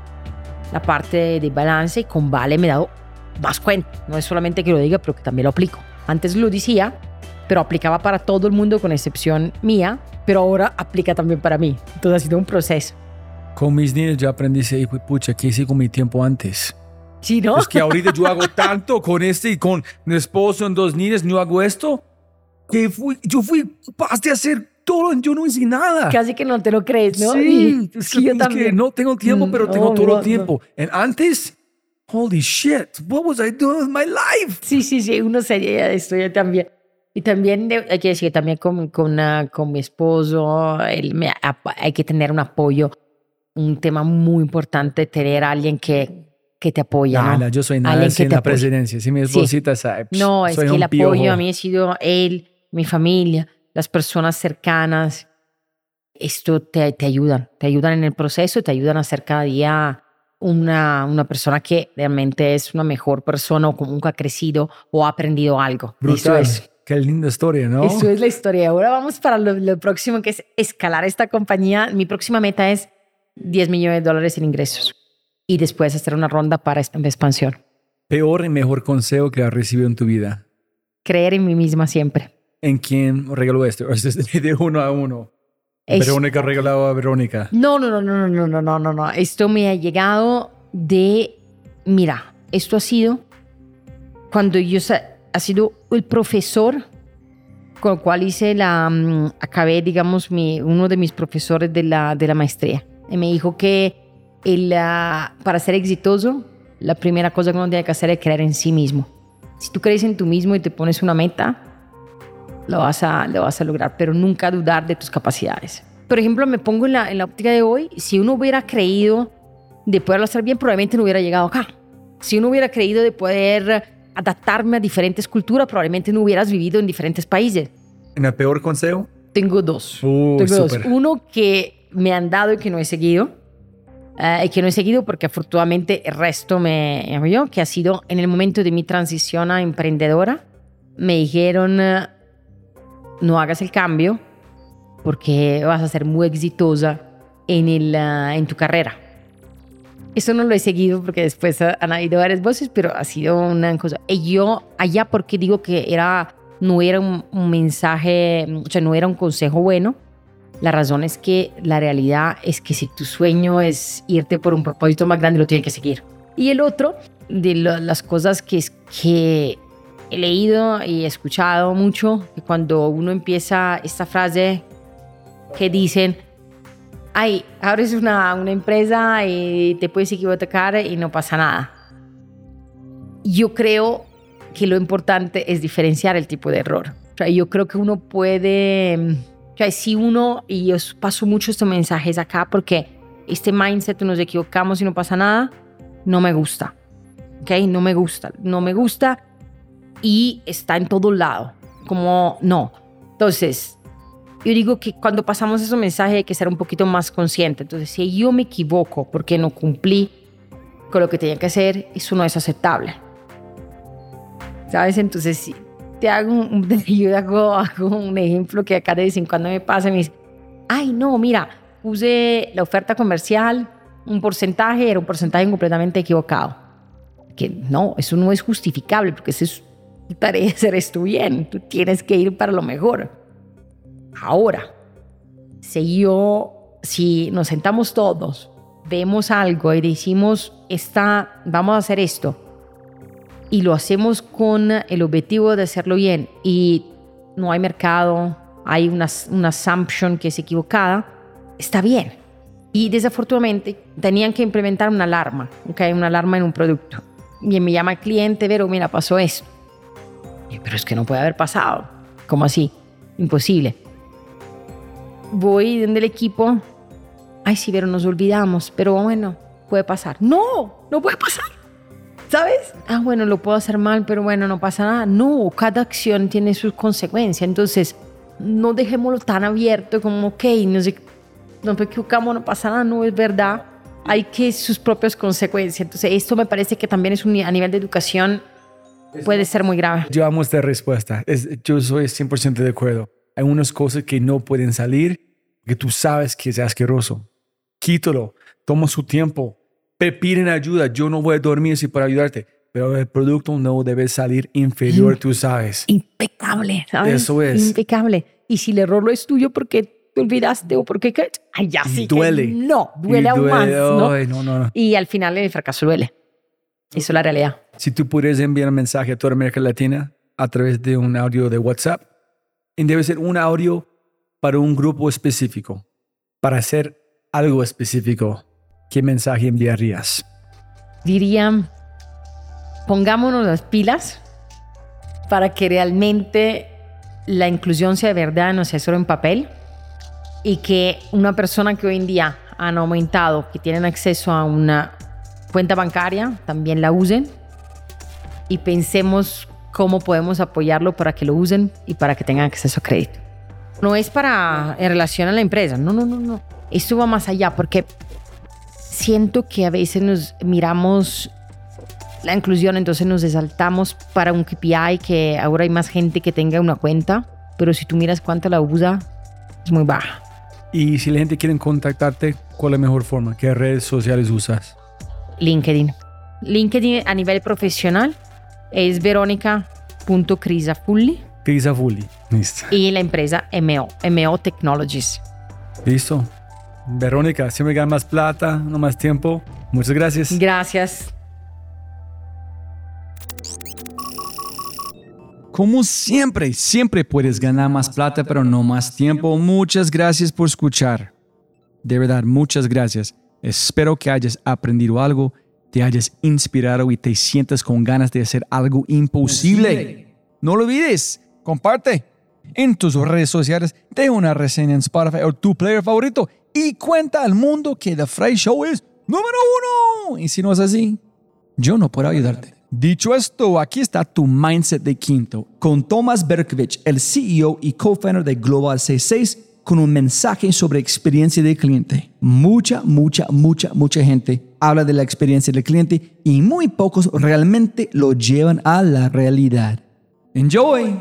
la parte de balance, y con Vale me he dado más cuenta. No es solamente que lo diga, pero que también lo aplico. Antes lo decía, pero aplicaba para todo el mundo con excepción mía, pero ahora aplica también para mí. Entonces ha sido un proceso. Con mis niños yo aprendí, pucha, ¿qué hice con mi tiempo antes? Sí, ¿no? Es que ahorita yo hago tanto con y con mi esposo en 2 niños, no hago esto, que yo fui capaz de hacer todo, yo no hice nada. Casi que no te lo crees, ¿no? Sí, sí, yo también. Que no tengo tiempo, pero tengo todo el tiempo. Y antes, holy shit, what was I doing with my life? Sí, uno sería de esto, yo también. Y también hay que decir, también con mi esposo, hay que tener un apoyo, un tema muy importante, tener a alguien que te apoya. No, yo soy nada sin la presidencia. Si mi esposita sabe. No, es que el apoyo a mí ha sido él, mi familia, las personas cercanas. Esto te ayudan en el proceso, te ayudan a ser cada día una persona que realmente es una mejor persona o nunca ha crecido o ha aprendido algo. Brutal. Eso es. Qué linda historia, ¿no? Eso es la historia. Ahora vamos para lo próximo, que es escalar esta compañía. Mi próxima meta es $10 millones en ingresos y después hacer una ronda para expansión. Peor y mejor consejo que has recibido en tu vida. Creer en mí misma siempre. ¿En quién regaló esto? ¿Es de 1 a 1? ¿Verónica regalado a Verónica? No. Esto me ha llegado de... Mira, esto ha sido cuando ha sido el profesor con el cual acabé, digamos, uno de mis profesores de la maestría. Y me dijo que para ser exitoso, la primera cosa que uno tiene que hacer es creer en sí mismo. Si tú crees en tú mismo y te pones una meta, lo vas a lograr, pero nunca dudar de tus capacidades. Por ejemplo, me pongo en la óptica de hoy, si uno hubiera creído de poderlo hacer bien, probablemente no hubiera llegado acá. Si uno hubiera creído de poder adaptarme a diferentes culturas, probablemente no hubieras vivido en diferentes países. ¿En el peor consejo? Tengo dos. Super. Uno que me han dado y que no he seguido. Porque afortunadamente el resto me apoyó, que ha sido en el momento de mi transición a emprendedora. me dijeron, no hagas el cambio porque vas a ser muy exitosa en tu carrera. Eso no lo he seguido porque después han habido varias voces, pero ha sido una cosa. Y yo allá, porque digo que no era un mensaje, o sea, no era un consejo bueno. La razón es que la realidad es que si tu sueño es irte por un propósito más grande, lo tienes que seguir. Y el otro, de las cosas que he leído y he escuchado mucho, que cuando uno empieza esta frase que dicen, ay, abres una empresa y te puedes equivocar y no pasa nada. Yo creo que lo importante es diferenciar el tipo de error. O sea, yo creo que uno puede... O sea, si uno... Y yo paso mucho estos mensajes acá porque este mindset, nos equivocamos y no pasa nada, no me gusta. ¿Ok? No me gusta y está en todo lado. Como no. Entonces... Yo digo que cuando pasamos esos mensajes hay que ser un poquito más consciente. Entonces, si yo me equivoco porque no cumplí con lo que tenía que hacer, eso no es aceptable. ¿Sabes? Entonces, si yo hago un ejemplo que acá de vez en cuando me pasa, me dice, ay, no, mira, puse la oferta comercial, era un porcentaje completamente equivocado. Que no, eso no es justificable porque eso es tu tarea, hacer esto bien. Tú tienes que ir para lo mejor. Ahora, si nos sentamos todos, vemos algo y decimos, vamos a hacer esto, y lo hacemos con el objetivo de hacerlo bien, y no hay mercado, hay una assumption que es equivocada, está bien. Y desafortunadamente tenían que implementar una alarma, ¿okay? Una alarma en un producto. Y me llama el cliente, Vero, mira, pasó esto. Pero es que no puede haber pasado. ¿Cómo así? Imposible. Voy donde el equipo, ay sí, pero nos olvidamos, pero bueno, puede pasar. No puede pasar, ¿sabes? Bueno, lo puedo hacer mal, pero bueno, no pasa nada. No, cada acción tiene sus consecuencias, entonces no dejémoslo tan abierto como, ok, nos equivocamos, no pasa nada, no es verdad. Hay que sus propias consecuencias. Entonces esto me parece que también es a nivel de educación puede ser muy grave. Yo amo esta respuesta, yo soy 100% de acuerdo. Hay unas cosas que no pueden salir, que tú sabes que es asqueroso. Quítalo, toma su tiempo, piden ayuda. Yo no voy a dormir si para ayudarte, pero el producto no debe salir inferior, tú sabes. Impecable, ¿sabes? Eso es. Impecable. Y si el error no es tuyo porque te olvidaste o porque... Ay, ya sí duele. Que no, duele aún más, ¿no? Ay, no. Y al final el fracaso duele. Eso es la realidad. Si tú pudieras enviar un mensaje a toda América Latina a través de un audio de WhatsApp, y debe ser un audio para un grupo específico, para hacer algo específico, ¿qué mensaje enviarías? Diría, pongámonos las pilas para que realmente la inclusión sea de verdad, no sea solo en papel, y que una persona que hoy en día han aumentado, que tienen acceso a una cuenta bancaria, también la usen, y pensemos cómo podemos apoyarlo para que lo usen y para que tengan acceso a crédito. No es en relación a la empresa, no. Esto va más allá porque siento que a veces nos miramos la inclusión, entonces nos exaltamos para un KPI que ahora hay más gente que tenga una cuenta, pero si tú miras cuánto la usa, es muy baja. Y si la gente quiere contactarte, ¿cuál es la mejor forma? ¿Qué redes sociales usas? LinkedIn a nivel profesional es veronica.crisafulli. Crisafulli, listo. Y la empresa MEO Technologies. Listo. Verónica, siempre gana más plata, no más tiempo. Muchas gracias. Gracias. Como siempre puedes ganar más plata, pero no más tiempo. Muchas gracias por escuchar. De verdad, muchas gracias. Espero que hayas aprendido algo, te hayas inspirado y te sientas con ganas de hacer algo imposible. No lo olvides, comparte en tus redes sociales, deja una reseña en Spotify o tu player favorito y cuenta al mundo que The Fry Show es número 1. Y si no es así, yo no puedo ayudarte. Dicho esto, aquí está tu Mindset de Quinto con Tomás Berkovich, el CEO y co-founder de Global C6, con un mensaje sobre experiencia del cliente. Mucha gente habla de la experiencia del cliente y muy pocos realmente lo llevan a la realidad. Enjoy.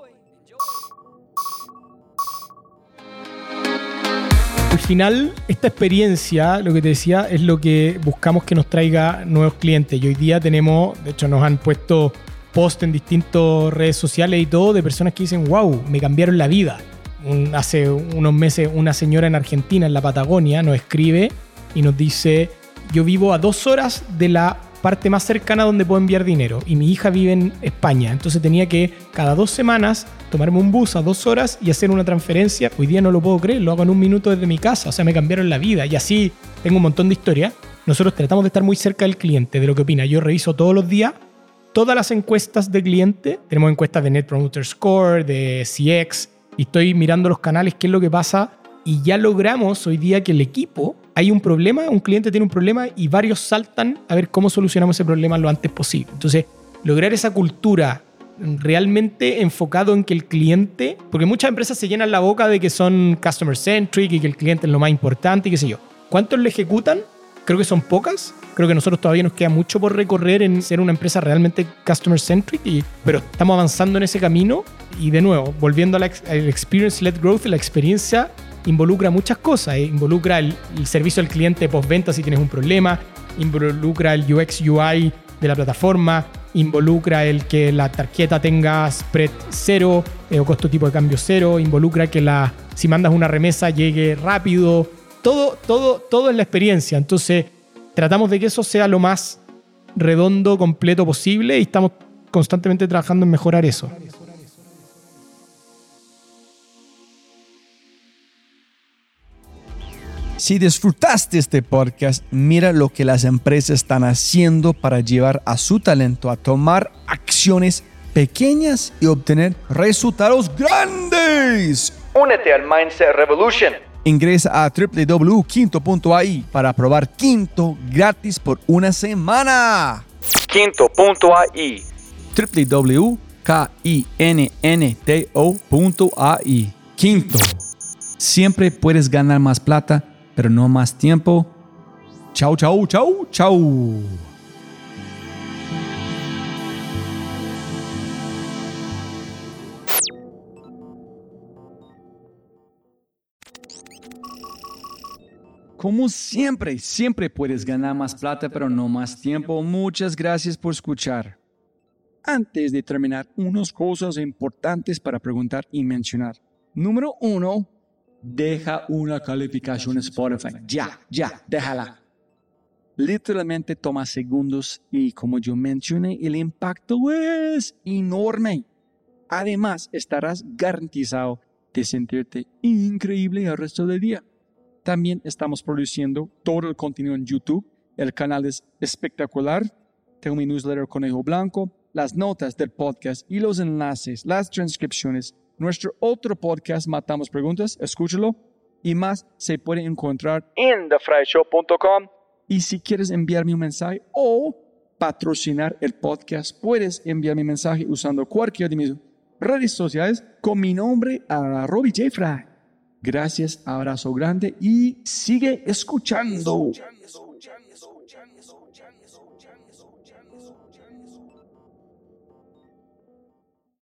Al final, esta experiencia, lo que te decía, es lo que buscamos que nos traiga nuevos clientes. Y hoy día tenemos, de hecho nos han puesto post en distintas redes sociales y todo, de personas que dicen, wow, me cambiaron la vida. Hace unos meses una señora en Argentina, en la Patagonia, nos escribe y nos dice, yo vivo a 2 horas de la parte más cercana donde puedo enviar dinero y mi hija vive en España, entonces tenía que cada 2 semanas tomarme un bus a 2 horas y hacer una transferencia. Hoy día no lo puedo creer, lo hago en 1 minuto desde mi casa, o sea, me cambiaron la vida. Y así tengo un montón de historias. Nosotros tratamos de estar muy cerca del cliente, de lo que opina. Yo reviso todos los días todas las encuestas de cliente. Tenemos encuestas de Net Promoter Score, de CX, y estoy mirando los canales, qué es lo que pasa. Y ya logramos hoy día que el equipo, hay un problema, un cliente tiene un problema y varios saltan a ver cómo solucionamos ese problema lo antes posible. Entonces, lograr esa cultura realmente enfocado en que el cliente, porque muchas empresas se llenan la boca de que son customer centric y que el cliente es lo más importante y qué sé yo. ¿Cuántos lo ejecutan? Creo que son pocas. Creo que nosotros todavía nos queda mucho por recorrer en ser una empresa realmente customer centric, pero estamos avanzando en ese camino. Y de nuevo, volviendo al experience-led growth, la experiencia involucra muchas cosas. Involucra el servicio al cliente postventa si tienes un problema, involucra el UX UI de la plataforma, involucra el que la tarjeta tenga spread 0 o costo tipo de cambio 0, involucra que si mandas una remesa llegue rápido. Todo es la experiencia. Entonces tratamos de que eso sea lo más redondo, completo posible y estamos constantemente trabajando en mejorar eso. Si disfrutaste este podcast, mira lo que las empresas están haciendo para llevar a su talento a tomar acciones pequeñas y obtener resultados grandes. Únete al Mindset Revolution. Ingresa a www.quinto.ai para probar Quinto gratis por 1 semana. Quinto.ai. www.quinto.ai. Quinto. Siempre puedes ganar más plata, pero no más tiempo. Chau, chau, chau, chau. Como siempre puedes ganar más plata, pero no más tiempo. Muchas gracias por escuchar. Antes de terminar, unas cosas importantes para preguntar y mencionar. Número 1, deja una calificación en Spotify. Ya, déjala. Literalmente toma segundos y como yo mencioné, el impacto es enorme. Además, estarás garantizado de sentirte increíble el resto del día. También estamos produciendo todo el contenido en YouTube. El canal es espectacular. Tengo mi newsletter Conejo Blanco, las notas del podcast y los enlaces, las transcripciones. Nuestro otro podcast, Matamos Preguntas, escúchalo. Y más se puede encontrar en thefryshow.com. Y si quieres enviarme un mensaje o patrocinar el podcast, puedes enviarme un mensaje usando cualquiera de mis redes sociales con mi nombre a Robbie J. Fry. Gracias, abrazo grande y sigue escuchando.